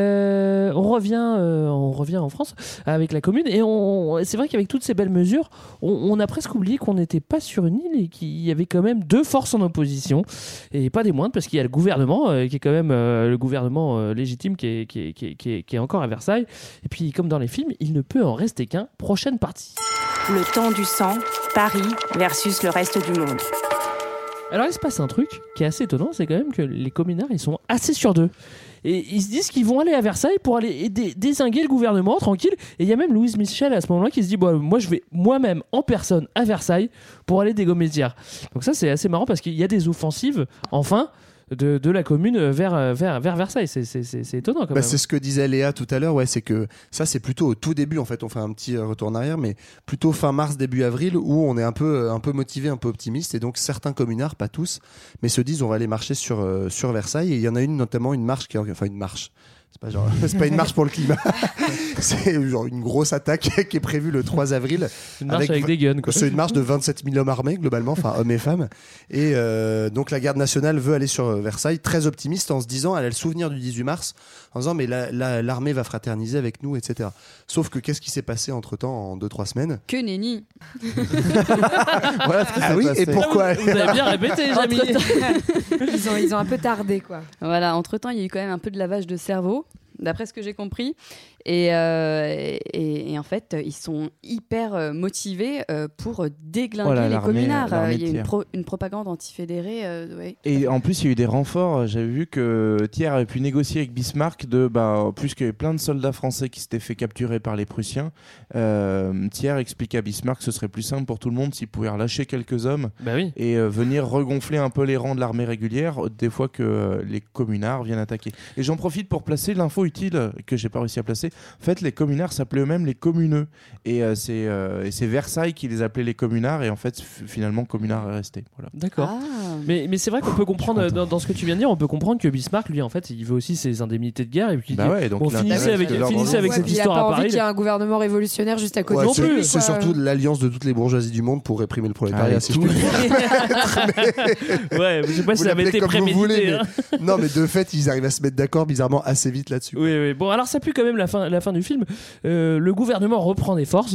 Euh, on revient, euh, on revient en France avec la commune et on, c'est vrai qu'avec toutes ces belles mesures, on, on a presque oublié qu'on n'était pas sur une île et qu'il y avait quand même deux forces en opposition et pas des moindres, parce qu'il y a le gouvernement euh, qui est quand même euh, le gouvernement euh, légitime qui est, qui, est, qui, est, qui, est, qui est encore à Versailles. Et puis comme dans les films, il ne peut en rester qu'un. Prochaine partie. Le temps du sang, Paris versus le reste du monde. Alors il se passe un truc qui est assez étonnant, c'est quand même que les communards ils sont assez sûrs d'eux. Et ils se disent qu'ils vont aller à Versailles pour aller aider, dézinguer le gouvernement, tranquille. Et il y a même Louise Michel à ce moment-là qui se dit bon, moi je vais moi-même en personne à Versailles pour aller dégommer ce diable. Donc ça c'est assez marrant parce qu'il y a des offensives, enfin, de, de la commune vers, vers, vers Versailles. C'est, c'est, c'est, c'est étonnant quand bah même. C'est ce que disait Léa tout à l'heure, ouais, c'est que ça c'est plutôt au tout début, en fait on fait un petit retour en arrière, mais plutôt fin mars, début avril, où on est un peu, un peu motivé, un peu optimiste, et donc certains communards, pas tous, mais se disent on va aller marcher sur, euh, sur Versailles, et il y en a une notamment, une marche, qui est, enfin une marche, c'est pas, genre, c'est pas une marche pour le climat, c'est genre une grosse attaque qui est prévue le trois avril. Une marche avec, avec des guns, quoi. C'est une marche de vingt-sept mille hommes armés globalement, enfin hommes et femmes. Et euh, donc la garde nationale veut aller sur Versailles, très optimiste, en se disant, elle a le souvenir du dix-huit mars, en disant mais la, la, l'armée va fraterniser avec nous, et cetera. Sauf que qu'est-ce qui s'est passé entre temps en deux trois semaines? Que nenni. Voilà ce qui ah s'est oui, passé. Et pourquoi? Vous avez bien répété, les amis. ils, ont, ils ont un peu tardé, quoi. Voilà, entre temps il y a eu quand même un peu de lavage de cerveau, d'après ce que j'ai compris. Et, euh, et, et en fait, ils sont hyper euh, motivés euh, pour déglinguer voilà, les l'armée, communards. l'armée il y a une, Thiers. pro, une propagande antifédérée. Euh, ouais. Et en plus, il y a eu des renforts. J'avais vu que Thiers avait pu négocier avec Bismarck de, bah, plus qu'il y avait plein de soldats français qui s'étaient fait capturer par les Prussiens. Euh, Thiers explique à Bismarck que ce serait plus simple pour tout le monde s'il pouvait relâcher quelques hommes bah oui. et euh, venir regonfler un peu les rangs de l'armée régulière des fois que euh, les communards viennent attaquer. Et j'en profite pour placer l'info utile que j'ai pas réussi à placer. En fait, les communards s'appelaient eux-mêmes les communeux. Et, euh, c'est, euh, et c'est Versailles qui les appelait les communards. Et en fait, f- finalement, communard est resté. Voilà. D'accord. Ah. Mais, mais c'est vrai qu'on peut comprendre, dans, dans ce que tu viens de dire, on peut comprendre que Bismarck, lui, en fait, il veut aussi ses indemnités de guerre. Et puis, Bah il dit, ouais, donc bon, il a finissez intérêt avec, que l'ordre finissez de- avec Ouais, cette puis il a histoire pas à envie Paris. qu'il y ait un gouvernement révolutionnaire juste à côté. Ouais, non c'est, plus, c'est quoi. surtout l'alliance de toutes les bourgeoisies du monde pour réprimer le prolétariat, Allez, si je tout. puis dire. Ouais, je sais pas si Vous ça avait l'appelez été comme vous voulez, prémédité. mais- hein. Non, mais de fait, ils arrivent à se mettre d'accord bizarrement assez vite là-dessus. Oui, oui. Bon, alors ça pue quand même la fin, la fin du film. Euh, le gouvernement reprend des forces.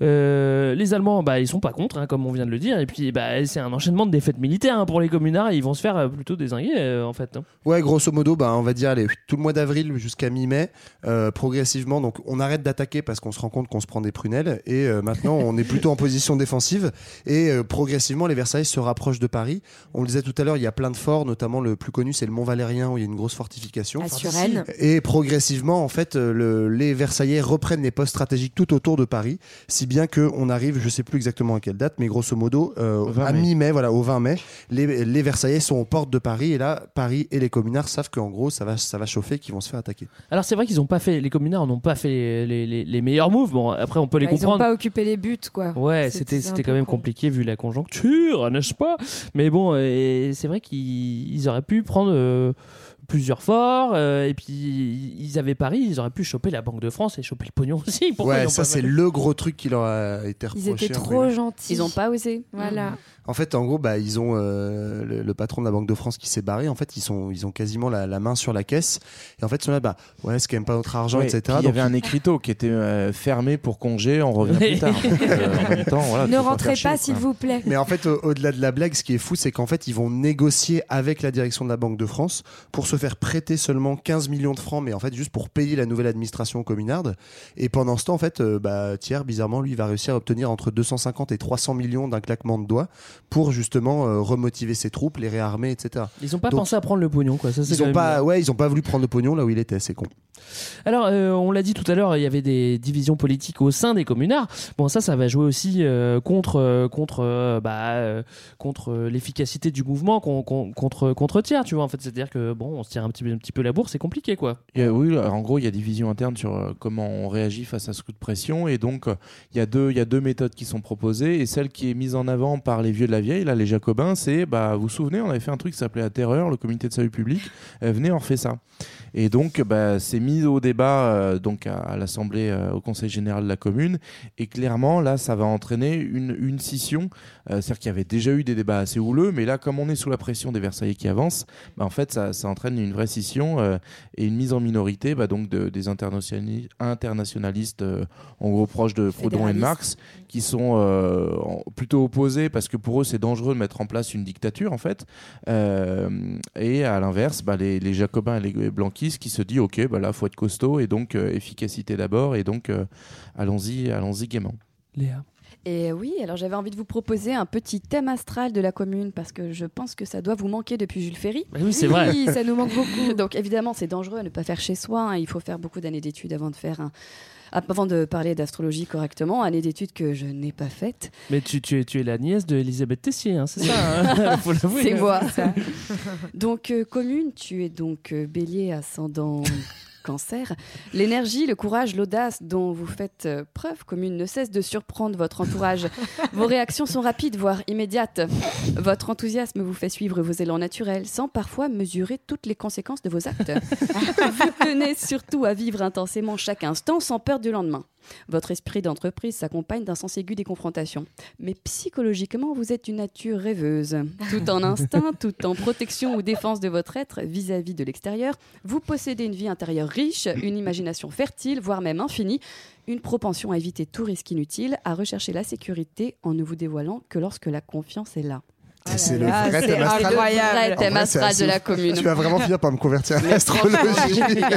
Euh, les Allemands, bah, ils sont pas contre, hein, comme on vient de le dire. Et puis, bah, c'est un enchaînement de défaites militaires hein, pour les communards. Et ils vont se faire euh, plutôt dézinguer, euh, en fait. hein. Ouais, grosso modo, bah, on va dire allez, tout le mois d'avril jusqu'à mi-mai, euh, progressivement. Donc, on arrête d'attaquer parce qu'on se rend compte qu'on se prend des prunelles. Et euh, maintenant, on est plutôt en position défensive. Et euh, progressivement, les Versailles se rapprochent de Paris. On le disait tout à l'heure, il y a plein de forts, notamment le plus connu, c'est le Mont Valérien, où il y a une grosse fortification. À Suresnes. Et progressivement, en fait, euh, le, les Versaillais reprennent les postes stratégiques tout autour de Paris, si bien qu'on arrive, je sais plus exactement à quelle date, mais grosso modo, euh, vingt à mai. mi-mai, voilà, au vingt mai, les, les Versaillais sont aux portes de Paris, et là, Paris et les communards savent qu'en gros, ça va, ça va chauffer, qu'ils vont se faire attaquer. Alors, c'est vrai qu'ils ont pas fait, les communards n'ont pas fait les, les, les meilleurs moves. Bon, après, on peut les Bah, ils comprendre. ont pas occupé les buts, quoi. Ouais, C'est- c'était c'est un c'était peu quand même con. compliqué vu la conjoncture, n'est-ce pas? Mais bon, et c'est vrai qu'ils ils auraient pu prendre euh, plusieurs forts euh, et puis ils avaient Paris, ils auraient pu choper la Banque de France et choper le pognon aussi. Pourquoi ils Ouais, ont ça pas c'est fait le gros truc qui leur a été Ils reproché. étaient entre trop guillemets. gentils. Ils ont pas osé. Voilà. En fait, en gros, bah, ils ont euh, le, le patron de la Banque de France qui s'est barré. En fait, ils sont, ils ont quasiment la, la main sur la caisse. Et en fait, ils sont là, bah, ouais, c'est quand même pas notre argent, Ouais, et cetera. puis il y Donc, avait un écriteau qui était euh, fermé pour congé, on revient plus tard. Donc, euh, en même temps, voilà, Ne faut pas rentrez faire pas, chier, s'il quoi. vous plaît. Mais en fait, au- au-delà de la blague, ce qui est fou, c'est qu'en fait, ils vont négocier avec la direction de la Banque de France pour se faire prêter seulement quinze millions de francs, mais en fait, juste pour payer la nouvelle administration communarde. Et pendant ce temps, en fait, euh, bah, Thiers, bizarrement, lui, va réussir à obtenir entre deux cent cinquante et trois cents millions d'un claquement de doigts pour justement euh, remotiver ses troupes, les réarmer, et cetera. Ils ont pas Donc, pensé à prendre le pognon, quoi. Ça, c'est Ils quand ont même pas, bien. ouais, ils ont pas voulu prendre le pognon là où il était, c'est con. Alors, euh, on l'a dit tout à l'heure, il y avait des divisions politiques au sein des communards. Bon, ça, ça va jouer aussi euh, contre, euh, contre, euh, bah, euh, contre euh, l'efficacité du mouvement, con- con- contre, contre Thiers, tu vois. En fait, c'est-à-dire que bon, on se tire un petit, peu- un petit peu la bourse, c'est compliqué, quoi. Il y a- oui, alors, en gros, il y a division interne sur euh, comment on réagit face à ce coup de pression. Et donc, euh, il y a deux, il y a deux méthodes qui sont proposées. Et celle qui est mise en avant par les vieux de la vieille, là, les Jacobins, c'est, bah, vous vous souvenez, on avait fait un truc qui s'appelait la Terreur, le comité de salut public. Euh, venez, on refait ça. Et donc, bah, c'est mis au débat euh, donc à, à l'Assemblée, euh, au Conseil général de la commune. Et clairement, là, ça va entraîner une, une scission. Euh, c'est-à-dire qu'il y avait déjà eu des débats assez houleux, mais là, comme on est sous la pression des Versaillais qui avancent, bah, en fait, ça, ça entraîne une vraie scission euh, et une mise en minorité bah, donc de, des internationali- internationalistes, euh, en gros proches de Proudhon et de Marx, qui sont euh, en- plutôt opposés parce que pour eux, c'est dangereux de mettre en place une dictature, en fait. Euh, et à l'inverse, bah, les, les Jacobins et les blanquistes qui se disent, ok, bah, là, faut être costaud et donc euh, efficacité d'abord et donc euh, allons-y, allons-y gaiement. Léa. Et oui, alors j'avais envie de vous proposer un petit thème astral de la commune parce que je pense que ça doit vous manquer depuis Jules Ferry. Bah oui, c'est vrai. Oui, ça nous manque beaucoup. Donc évidemment, c'est dangereux à ne pas faire chez soi. hein. Il faut faire beaucoup d'années d'études avant de faire un... Avant de parler d'astrologie correctement, année d'études que je n'ai pas faites. Mais tu, tu, es, tu es la nièce de Elisabeth Tessier, hein, c'est ça hein. Faut l'avouer. C'est moi, ça. Donc, euh, commune, tu es donc euh, bélier ascendant cancer. L'énergie, le courage, l'audace dont vous faites euh, preuve commune ne cesse de surprendre votre entourage. Vos réactions sont rapides, voire immédiates. Votre enthousiasme vous fait suivre vos élans naturels sans parfois mesurer toutes les conséquences de vos actes. Vous tenez surtout à vivre intensément chaque instant sans peur du lendemain. Votre esprit d'entreprise s'accompagne d'un sens aigu des confrontations. Mais psychologiquement, vous êtes une nature rêveuse. Tout en instinct, tout en protection ou défense de votre être vis-à-vis de l'extérieur, vous possédez une vie intérieure riche, une imagination fertile, voire même infinie, une propension à éviter tout risque inutile, à rechercher la sécurité en ne vous dévoilant que lorsque la confiance est là. Ah, c'est le là, vrai c'est thème astral. incroyable. Le vrai En thème vrai, c'est astral assez de la ouf. commune. Tu vas vraiment finir par me convertir à l'astrologie.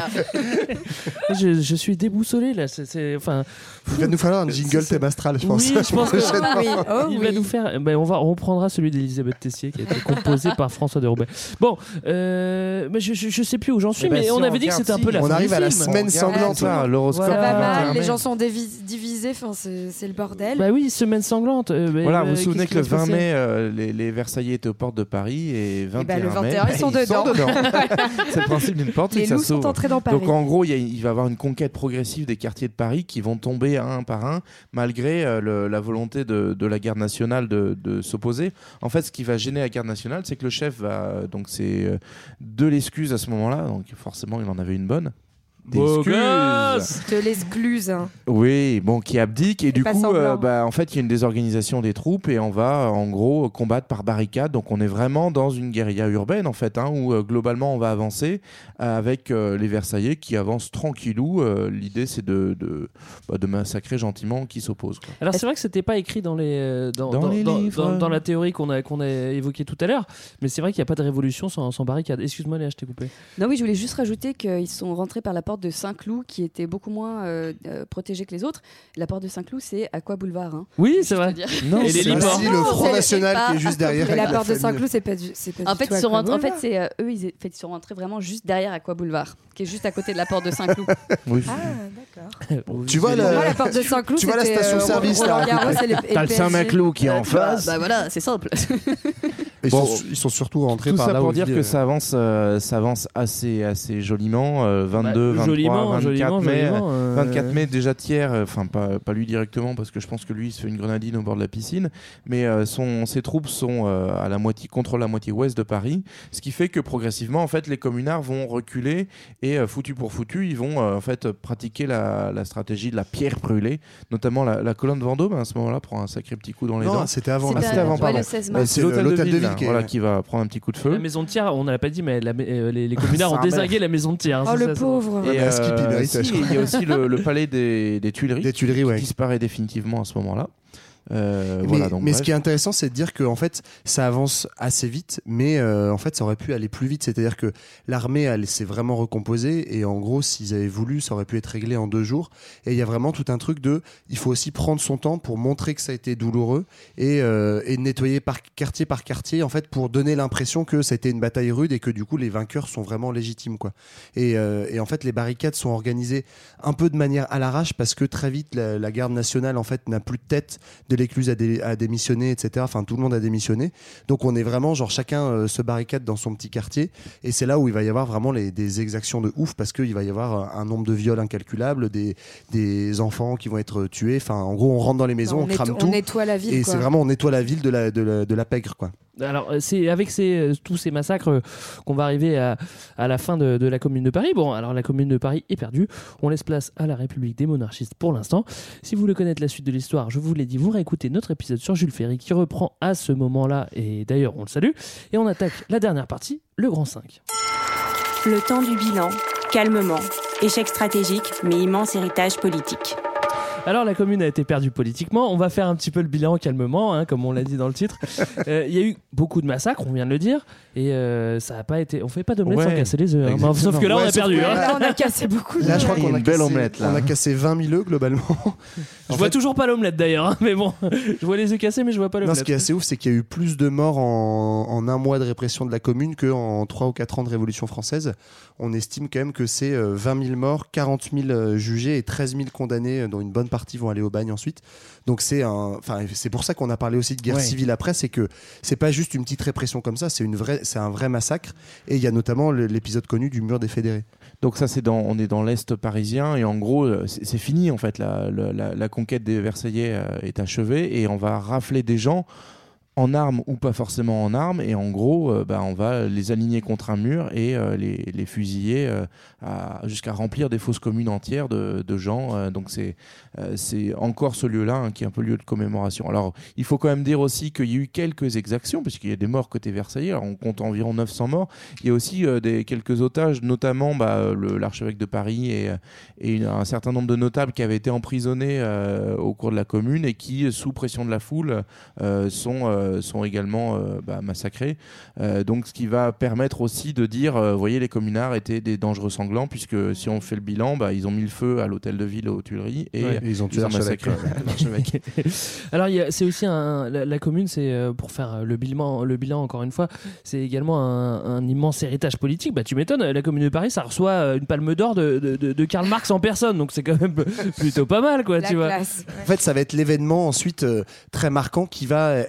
je, je suis déboussolé là. C'est, c'est, enfin, Il va nous falloir un jingle thème astral, je pense. Oui, je pense que prochainement. oui. Oh, il oui. va nous faire. Ben, on va on reprendra celui d'Elisabeth Tessier qui a été composé par François de Roubaix. Bon, euh, mais je, je, je sais plus où j'en suis, Eh ben, mais si on on avait dit que regarde, c'était un peu si. la On fin arrive du à la film. semaine Regarde sanglante. ça, l'horoscope. Ça va du mal, vingt et un les mai. gens sont dévis- divisés, enfin, c'est c'est le bordel. Bah oui, semaine sanglante. euh, mais, Voilà, euh, vous vous souvenez qu'est-ce que le qui va se vingt passer mai, euh, les, les, Versaillais étaient aux portes de Paris et vingt et un, ben, le vingt et un mai, ils sont bah, dedans. Sont dedans. C'est le principe d'une porte, les c'est que loups ça s'ouvre. sont entrés dans Paris. Donc en gros, il, y a, il va y avoir une conquête progressive des quartiers de Paris qui vont tomber un par un, malgré euh, le, la volonté de, de la garde nationale de, de s'opposer. En fait, ce qui va gêner la garde nationale, c'est que le chef va, donc c'est euh, de l'excuse à ce moment-là, donc forcément il en avait une bonne. D'excuses. De l'excluse. Hein. Oui, bon, qui abdique et C'est du pas coup, semblant. euh, bah, en fait, il y a une désorganisation des troupes et on va en gros combattre par barricade. Donc, on est vraiment dans une guérilla urbaine en fait, hein, où euh, globalement on va avancer euh, avec euh, les Versaillais qui avancent tranquillou. Euh, l'idée, c'est de de, bah, de massacrer gentiment qui s'oppose. Quoi. Alors c'est vrai que c'était pas écrit dans les euh, dans, Dans dans, les dans, livres. dans- dans la théorie qu'on a qu'on a évoquée tout à l'heure, mais c'est vrai qu'il n'y a pas de révolution sans, sans barricade. Excuse-moi Léa, je t'ai coupé. Non, oui, je voulais juste rajouter qu'ils sont rentrés par la porte de Saint-Cloud, qui était beaucoup moins euh, euh, protégée que les autres. La porte de Saint-Cloud, c'est Aqua Boulevard. Hein. Oui, c'est vrai. Non, Et les c'est liports. aussi le Non, Front c'est- National c'est qui est juste derrière. Mais la avec porte de famille. Saint-Cloud, c'est pas du, c'est pas En du fait, tout ils sont, Aqua rentrés, en fait, Boulevard. c'est, euh, eux, ils, en fait, ils sont rentrés vraiment juste derrière Aqua Boulevard, qui est juste à côté de la porte de Saint-Cloud. Oui. Ah, d'accord. Tu vois Pour moi, la, la porte de Saint-Cloud, tu vois la c'était, station-service, euh, là, Roland Garros et le- et T'as le le P S G. Saint-Maclou qui est en Euh, tu vois, face. Bah voilà, c'est simple. Ils, Bon, sont, ils sont surtout rentrés Tout par ça là pour où dire vit, que euh, ça avance, euh, ça avance assez, assez joliment. euh, vingt-deux, Bah, vingt-trois, joliment, vingt-quatre joliment, mai, joliment, euh, vingt-quatre mai déjà tiers. Enfin, pas, pas lui directement parce que je pense que lui il se fait une grenadine au bord de la piscine. Mais euh, son, ses troupes sont euh, à la moitié, contre la moitié ouest de Paris, ce qui fait que progressivement, en fait, les communards vont reculer et euh, foutu pour foutu, ils vont euh, en fait pratiquer la, la stratégie de la pierre brûlée, notamment la, la colonne Vendôme à ce moment-là prend un sacré petit coup dans les Non, dents. c'était avant. Ah, c'était avant, ouais, pardon. le seize Euh, mars. c'est C'est l'hôtel, l'hôtel de de ville, ville là, qui est- voilà, qui va prendre un petit coup de feu. La maison de Thiers, on ne l'a pas dit, mais la- euh, les, les communards ont Ça dézingué la maison de Thiers. hein, Oh, c'est le ça, c'est- pauvre. Ouais, mais à Skip, il euh, mérite, si, je crois. il y a aussi le, le palais des, des Tuileries, Des Tuileries, ouais. qui disparaît définitivement à ce moment-là. Euh, mais voilà, donc, mais bref. ce qui est intéressant, c'est de dire que en fait, ça avance assez vite, mais euh, en fait, ça aurait pu aller plus vite. C'est-à-dire que l'armée, elle s'est vraiment recomposée, et en gros, s'ils avaient voulu, ça aurait pu être réglé en deux jours. Et il y a vraiment tout un truc de, il faut aussi prendre son temps pour montrer que ça a été douloureux et, euh, et nettoyer par quartier par quartier, en fait, pour donner l'impression que ça a été une bataille rude et que du coup, les vainqueurs sont vraiment légitimes, quoi. Et, euh, et en fait, les barricades sont organisées un peu de manière à l'arrache parce que très vite, la, la garde nationale, en fait, n'a plus de tête. De l'écluse a, dé- a démissionné, et cetera. Enfin, tout le monde a démissionné. Donc, on est vraiment, genre, chacun euh, se barricade dans son petit quartier. Et c'est là où il va y avoir vraiment les, des exactions de ouf parce qu'il va y avoir un nombre de viols incalculables, des, des enfants qui vont être tués. Enfin, en gros, on rentre dans les maisons, on, on, crame netto- tout. on nettoie la ville. Et quoi. c'est vraiment, on nettoie la ville de la, de la, de la pègre, quoi. Alors, euh, c'est avec ces, euh, tous ces massacres euh, qu'on va arriver à, à la fin de, de la Commune de Paris. Bon, alors la Commune de Paris est perdue. On laisse place à la République des monarchistes pour l'instant. Si vous voulez connaître la suite de l'histoire, je vous l'ai dit, vous réécoutez notre épisode sur Jules Ferry qui reprend à ce moment-là. Et d'ailleurs, on le salue. Et on attaque la dernière partie, le Grand cinq. Le temps du bilan, calmement. Échec stratégique, mais immense héritage politique. Alors la commune a été perdue politiquement, on va faire un petit peu le bilan calmement, hein, comme on l'a dit dans le titre. Euh, Il y a eu beaucoup de massacres, on vient de le dire, et euh, ça a pas été... On fait pas d'omelette Ouais, sans casser les œufs, hein. exactement. Sauf que là Ouais, on a sauf perdu. que hein. Là, on a cassé beaucoup de Là, je crois Il y a qu'on a une belle cassé, omelette, là. on a cassé vingt mille œufs globalement. Je En vois fait- toujours pas l'omelette d'ailleurs, hein, mais bon, je vois les œufs cassés mais je vois pas Non, l'omelette. ce qui est assez ouf, c'est qu'il y a eu plus de morts en, en un mois de répression de la commune qu'en trois ou quatre ans de Révolution française. On estime quand même que c'est euh, vingt mille morts, quarante mille euh, jugés et treize mille condamnés, euh, dont une bonne partie vont aller au bagne ensuite. Donc c'est un, enfin c'est pour ça qu'on a parlé aussi de guerre Ouais. civile après, c'est que c'est pas juste une petite répression comme ça, c'est une vraie, c'est un vrai massacre. Et il y a notamment le- l'épisode connu du mur des fédérés. Donc ça, c'est dans, on est dans l'Est parisien et en gros, euh, c'est, c'est fini en fait. La, la, la- la conquête des Versaillais euh, est achevée et on va rafler des gens en armes ou pas forcément en armes et en gros, euh, bah, on va les aligner contre un mur et euh, les, les fusiller euh, à- jusqu'à remplir des fosses communes entières de, de gens. Euh, donc c'est, euh, c'est encore ce lieu-là hein, qui est un peu lieu de commémoration. Alors il faut quand même dire aussi qu'il y a eu quelques exactions puisqu'il y a des morts côté Versaillais. Alors, on compte environ neuf cents morts. Il y a aussi euh, des, quelques otages, notamment bah, le, l'archevêque de Paris et, et une- un certain nombre de notables qui avaient été emprisonnés euh, au cours de la Commune et qui, sous pression de la foule, euh, sont, euh, sont également euh, bah, massacrés. Euh, donc ce qui va permettre aussi de dire, euh, vous voyez, les communards étaient des dangereux sanglants puisque si on fait le bilan, bah, ils ont mis le feu à l'hôtel de ville aux Tuileries et Ouais. Et ils ont tué l'archevêque. massacré l'archevêque. Alors il y a- c'est aussi un, la, la commune, c'est euh, pour faire le bilan, le bilan encore une fois, c'est également un, un immense héritage politique. Bah tu m'étonnes, la commune de Paris, ça reçoit euh, une palme d'or de, de, de, de Karl Marx en personne, donc c'est quand même plutôt pas mal, quoi, La tu vois. classe. En fait, ça va être l'événement ensuite euh, très marquant qui va être l'événement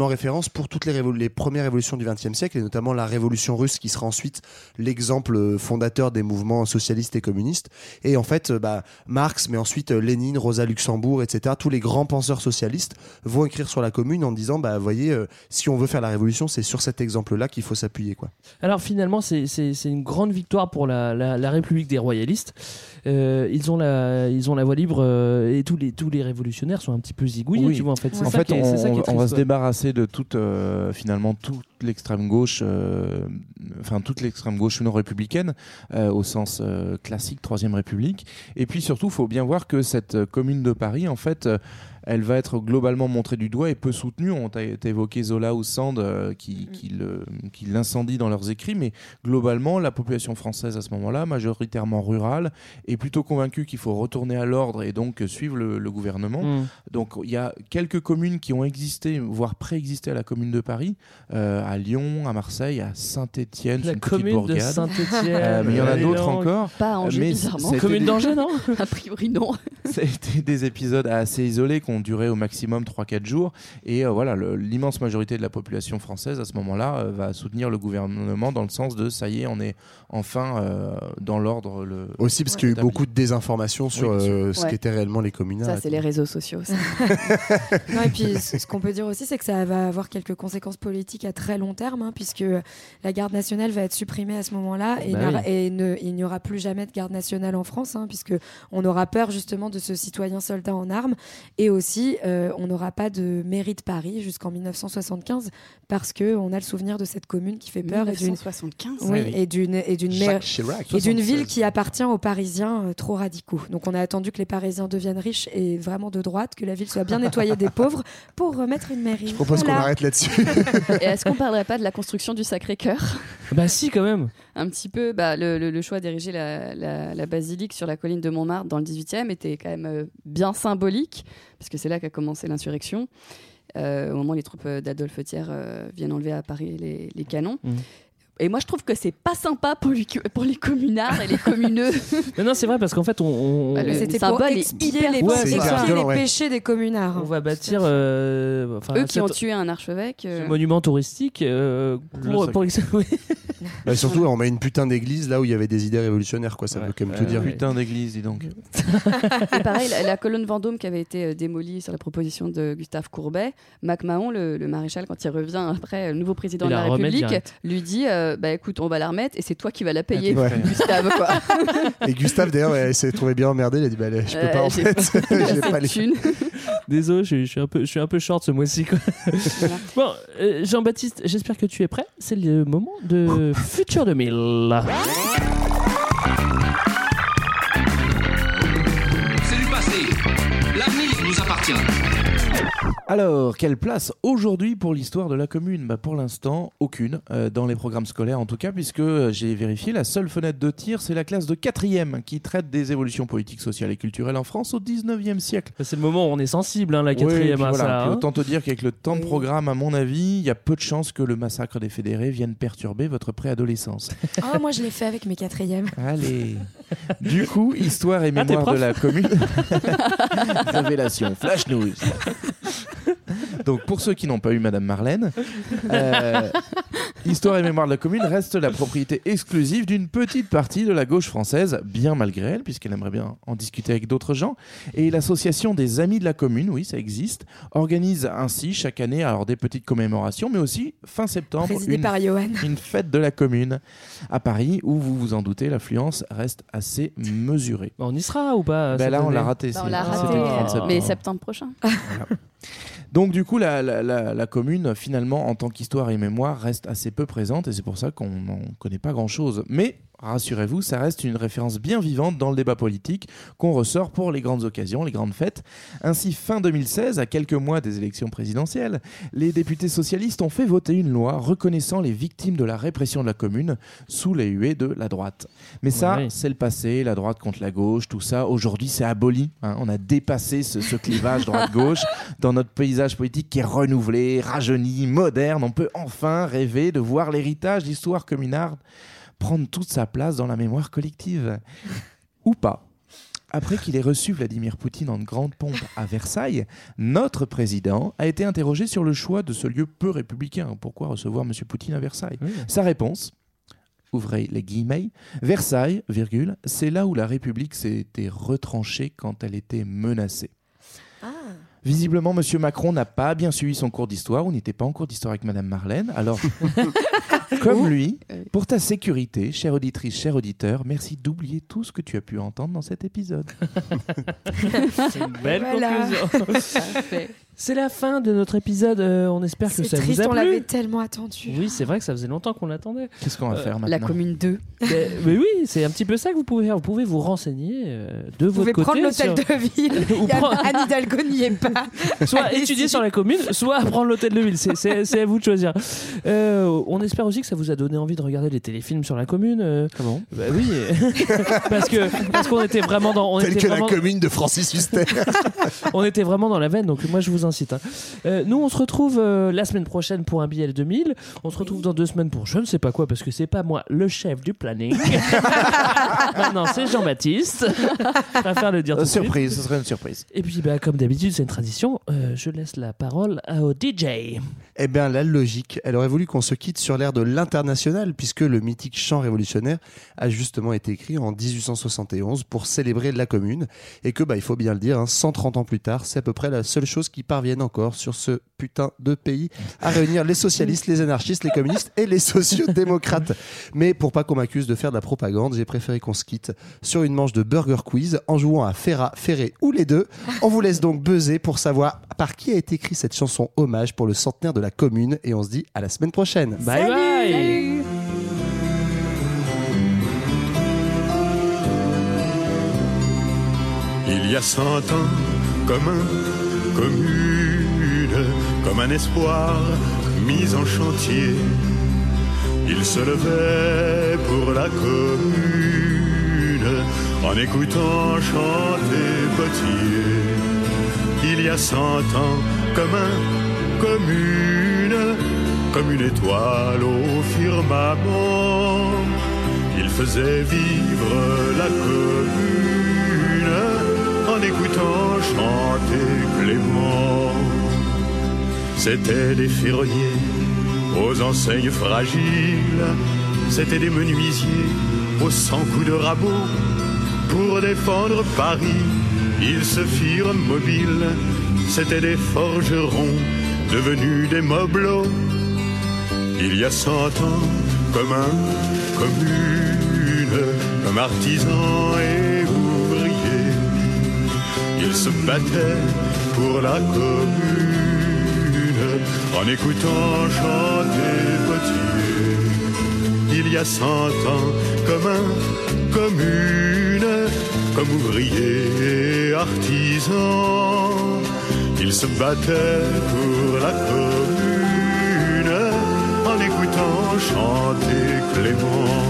également référence pour toutes les, révol- les premières révolutions du vingtième siècle, et notamment la révolution russe qui sera ensuite l'exemple fondateur des mouvements socialistes et communistes. Et en fait, bah, Marx, mais ensuite Lénine, Rosa Luxembourg, et cetera, tous les grands penseurs socialistes vont écrire sur la Commune en disant, bah, voyez, euh, si on veut faire la révolution, c'est sur cet exemple-là qu'il faut s'appuyer, quoi. Alors finalement, c'est, c'est, c'est une grande victoire pour la, la, la République des royalistes. Euh, ils, ont la, ils ont la voie libre euh, et tous les, tous les révolutionnaires sont un petit peu zigouillés, Oui. tu vois, en fait. C'est en ça fait, qui est, on, c'est ça qui est on triste, va se ouais. débarrasser de toute, euh, finalement, toute l'extrême gauche, euh, enfin toute l'extrême gauche non républicaine, euh, au sens euh, classique, Troisième République. Et puis surtout, il faut bien voir que cette euh, Commune de Paris, en fait, euh, elle va être globalement montrée du doigt et peu soutenue. On t'a, t'a évoqué Zola ou Sand euh, qui, qui, le, qui l'incendient dans leurs écrits, mais globalement, la population française à ce moment-là, majoritairement rurale, est plutôt convaincue qu'il faut retourner à l'ordre et donc suivre le, le gouvernement. Mm. Donc il y a quelques communes qui ont existé, voire préexisté à la Commune de Paris, euh, à Lyon, à Marseille, à Saint-Étienne, La une petite commune de bourgade. Saint-Étienne. Euh, mais il y en a Dis d'autres donc. encore. Pas à Angers, Mais bizarrement. ça a été Commune des- d'Angers, non? A priori, non. Ça a été des épisodes assez isolés qui ont duré au maximum trois quatre jours. Et euh, voilà, le- l'immense majorité de la population française, à ce moment-là, euh, va soutenir le gouvernement dans le sens de ça y est, on est enfin euh, dans l'ordre. Le, Aussi parce qu'il y a eu établi. beaucoup de désinformation sur Oui, bien sûr. euh, ce Ouais. qu'étaient réellement les communards. Ça, c'est les réseaux sociaux. ça. Non, et puis ce ce qu'on peut dire aussi, c'est que ça va avoir quelques conséquences politiques à très long terme, hein, puisque la garde nationale va être supprimée à ce moment-là, et, Bah il n'y aura- oui. et ne- il n'y aura plus jamais de garde nationale en France, hein, puisque on aura peur justement de ce citoyen soldat en armes, et aussi euh, on n'aura pas de mairie de Paris jusqu'en mille neuf cent soixante-quinze, parce que on a le souvenir de cette commune qui fait peur et d'une mille neuf cent soixante-quinze. oui, oui. et d'une et d'une Jacques maire- Chirac. et d'une soixante-seize. ville qui appartient aux Parisiens euh, trop radicaux. Donc on a attendu que les Parisiens deviennent riches et vraiment de droite, que la ville soit bien nettoyée des pauvres pour remettre une mairie. Je propose Voilà. qu'on arrête là-dessus. Et est-ce qu'on parlerait pas de la construction du Sacré-Cœur? Bah si, quand même. Un petit peu, bah, le, le- le choix d'ériger la, la- la basilique sur la colline de Montmartre dans le dix-huitième était quand même euh, bien symbolique, parce que c'est là qu'a commencé l'insurrection. Euh, au moment où les troupes euh, d'Adolphe Thiers euh, viennent enlever à Paris les, les canons. Mhm. Et moi, je trouve que c'est pas sympa pour les, pour les communards et les communeux. Mais non, c'est vrai, parce qu'en fait, on, on, Bah, le- on- C'était symbole pour est expier hyper les, fort. C'est expier hyper les violent, ouais. péchés des communards. on va bâtir euh, enfin, Eux qui ont cette- tué un archevêque. euh, ce monument touristique euh, pour, Le pour, oui. Bah, surtout, on met une putain d'église là où il y avait des idées révolutionnaires, quoi. Ça Ouais. veut quand même Ouais, tout dire. ouais. Putain d'église, dis donc. Et pareil, la, la colonne Vendôme qui avait été euh, démolie sur la proposition de Gustave Courbet, MacMahon, le, le maréchal, quand il revient après, le nouveau président Il de la, la remet République, direct. lui dit euh, bah écoute, on va la remettre et c'est toi qui vas la payer, Ouais. Gustave. Quoi. Et Gustave, d'ailleurs, il s'est trouvé bien emmerdé. Il a dit, bah, allez, je peux Euh, pas, en j'ai fait. pas- J'ai assez pas de les thunes. Désolé, je, suis- je suis un peu, je suis un peu short ce mois-ci, quoi. Voilà. Bon, euh, Jean-Baptiste, j'espère que tu es prêt. C'est le moment de Futur deux mille. C'est du passé. L'avenir nous appartient. Alors, quelle place aujourd'hui pour l'histoire de la commune? Bah, pour l'instant, aucune, euh, dans les programmes scolaires en tout cas, puisque euh, j'ai vérifié, la seule fenêtre de tir, c'est la classe de quatrième qui traite des évolutions politiques, sociales et culturelles en France au dix-neuvième siècle. C'est le moment où on est sensible, hein, la Oui, quatrième. puis à voilà. ça, Puis hein. autant te dire qu'avec le temps de Oui. programme, à mon avis, il y a peu de chances que le massacre des fédérés vienne perturber votre préadolescence. Oh, moi je l'ai fait avec mes quatrièmes. Allez. Du coup, histoire et Ah, t'es mémoire prof de la commune. Révélation, flash news. Donc, pour ceux qui n'ont pas eu Madame Marlène, euh, histoire et mémoire de la commune reste la propriété exclusive d'une petite partie de la gauche française, bien malgré elle, puisqu'elle aimerait bien en discuter avec d'autres gens. Et l'association des Amis de la commune, oui, ça existe, organise ainsi chaque année alors des petites commémorations, mais aussi fin septembre Présidé une par Johan. une fête de la commune à Paris où, vous vous en doutez, l'affluence reste assez mesurée. Bah, on y sera ou pas? Ben cette là, on année l'a raté. Bah, c'est- on l'a c'était raté, le trente euh, septembre. mais septembre prochain. Donc du coup, la, la, la, la commune, finalement, en tant qu'histoire et mémoire, reste assez peu présente et c'est pour ça qu'on n'en connaît pas grand-chose. Mais rassurez-vous, ça reste une référence bien vivante dans le débat politique qu'on ressort pour les grandes occasions, les grandes fêtes. Ainsi, fin deux mille seize, à quelques mois des élections présidentielles, les députés socialistes ont fait voter une loi reconnaissant les victimes de la répression de la commune sous les huées de la droite. Mais ça, Ouais. c'est le passé, la droite contre la gauche, tout ça. Aujourd'hui, c'est aboli. Hein. On a dépassé ce, ce clivage droite-gauche dans notre paysage politique qui est renouvelé, rajeuni, moderne. On peut enfin rêver de voir l'héritage d'histoire communarde prendre toute sa place dans la mémoire collective. Ou pas. après qu'il ait reçu Vladimir Poutine en grande pompe à Versailles, notre président a été interrogé sur le choix de ce lieu peu républicain. Pourquoi recevoir M. Poutine à Versailles ? Oui. Sa réponse, ouvrez les guillemets, Versailles, virgule, c'est là où la République s'était retranchée quand elle était menacée. Ah. Visiblement, M. Macron n'a pas bien suivi son cours d'histoire ou n'était pas en cours d'histoire avec Mme Marlène. Alors, comme lui, pour ta sécurité, chère auditrice, cher auditeur, merci d'oublier tout ce que tu as pu entendre dans cet épisode. C'est une belle voilà. conclusion. C'est la fin de notre épisode. Euh, on espère c'est que ça triste, vous a plu. On l'avait tellement attendu. Oui, c'est vrai que ça faisait longtemps qu'on l'attendait. Qu'est-ce qu'on va euh, faire maintenant ? La commune deux. Mais, mais oui, c'est un petit peu ça que vous pouvez faire. Vous pouvez vous renseigner euh, de vous votre côté. Vous pouvez prendre l'hôtel sur... de ville. Il y a prendre... Anne Hidalgo n'y est pas. Soit étudier sur la commune, soit prendre l'hôtel de ville. C'est, c'est, c'est à vous de choisir. Euh, on espère aussi que ça vous a donné envie de regarder les téléfilms sur la commune. Euh, ah bon ? Bah oui, parce que parce qu'on était vraiment dans. On Tel était que vraiment... la commune de Francis Huster. On était vraiment dans la veine, donc moi je vous incite. Hein. Euh, nous, on se retrouve euh, la semaine prochaine pour un B L deux mille. On se retrouve dans deux semaines pour je ne sais pas quoi, parce que c'est pas moi le chef du planning. Maintenant, c'est Jean-Baptiste. Je préfère le dire tout de suite. Surprise, ce serait une surprise. Et puis, bah, comme d'habitude, c'est une tradition. Euh, je laisse la parole au D J. Eh bien, la logique, elle aurait voulu qu'on se quitte sur l'air de l'international, puisque le mythique chant révolutionnaire a justement été écrit en dix-huit cent soixante et onze pour célébrer la Commune, et que, bah, il faut bien le dire, hein, cent trente ans plus tard, c'est à peu près la seule chose qui parvienne encore sur ce putain de pays à réunir les socialistes, les anarchistes, les communistes et les sociodémocrates. Mais pour pas qu'on m'accuse de faire de la propagande, j'ai préféré qu'on se quitte sur une manche de Burger Quiz en jouant à Ferrat, Ferré ou les deux. On vous laisse donc buzzer pour savoir par qui a été écrite cette chanson hommage pour le centenaire de la Commune, et on se dit à la semaine prochaine. Bye Salut, bye. Salut. Il y a cent ans, comme un commune, comme un espoir mis en chantier, il se levait pour la commune en écoutant chanter Potier. Il y a cent ans, comme un commune, comme une étoile au firmament, il faisait vivre la commune en écoutant chanter Clément. C'étaient des ferronniers aux enseignes fragiles, c'étaient des menuisiers aux cent coups de rabot. Pour défendre Paris, ils se firent mobiles, c'étaient des forgerons devenus des mobelots. Il y a cent ans, comme un commune, comme artisans et ouvriers, ils se battaient pour la commune en écoutant chanter Potier. Il y a cent ans, comme un commune, comme ouvriers et artisans, ils se battaient pour la commune en écoutant chanter Clément.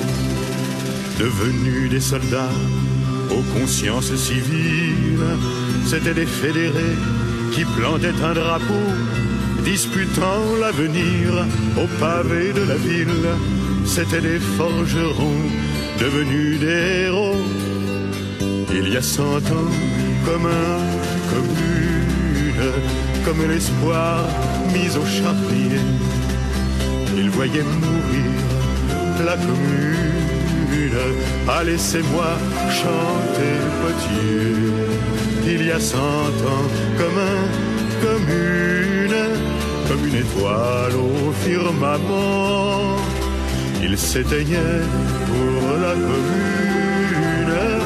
Devenus des soldats aux consciences civiles, c'étaient des fédérés qui plantaient un drapeau, disputant l'avenir au pavé de la ville. C'étaient des forgerons devenus des héros. Il y a cent ans, comme un commune, comme l'espoir mis au charnier, ils voyaient mourir la commune. Ah, laissez-moi chanter Potier. Il y a cent ans, comme un commune, comme une étoile au firmament, il s'éteignait pour la commune.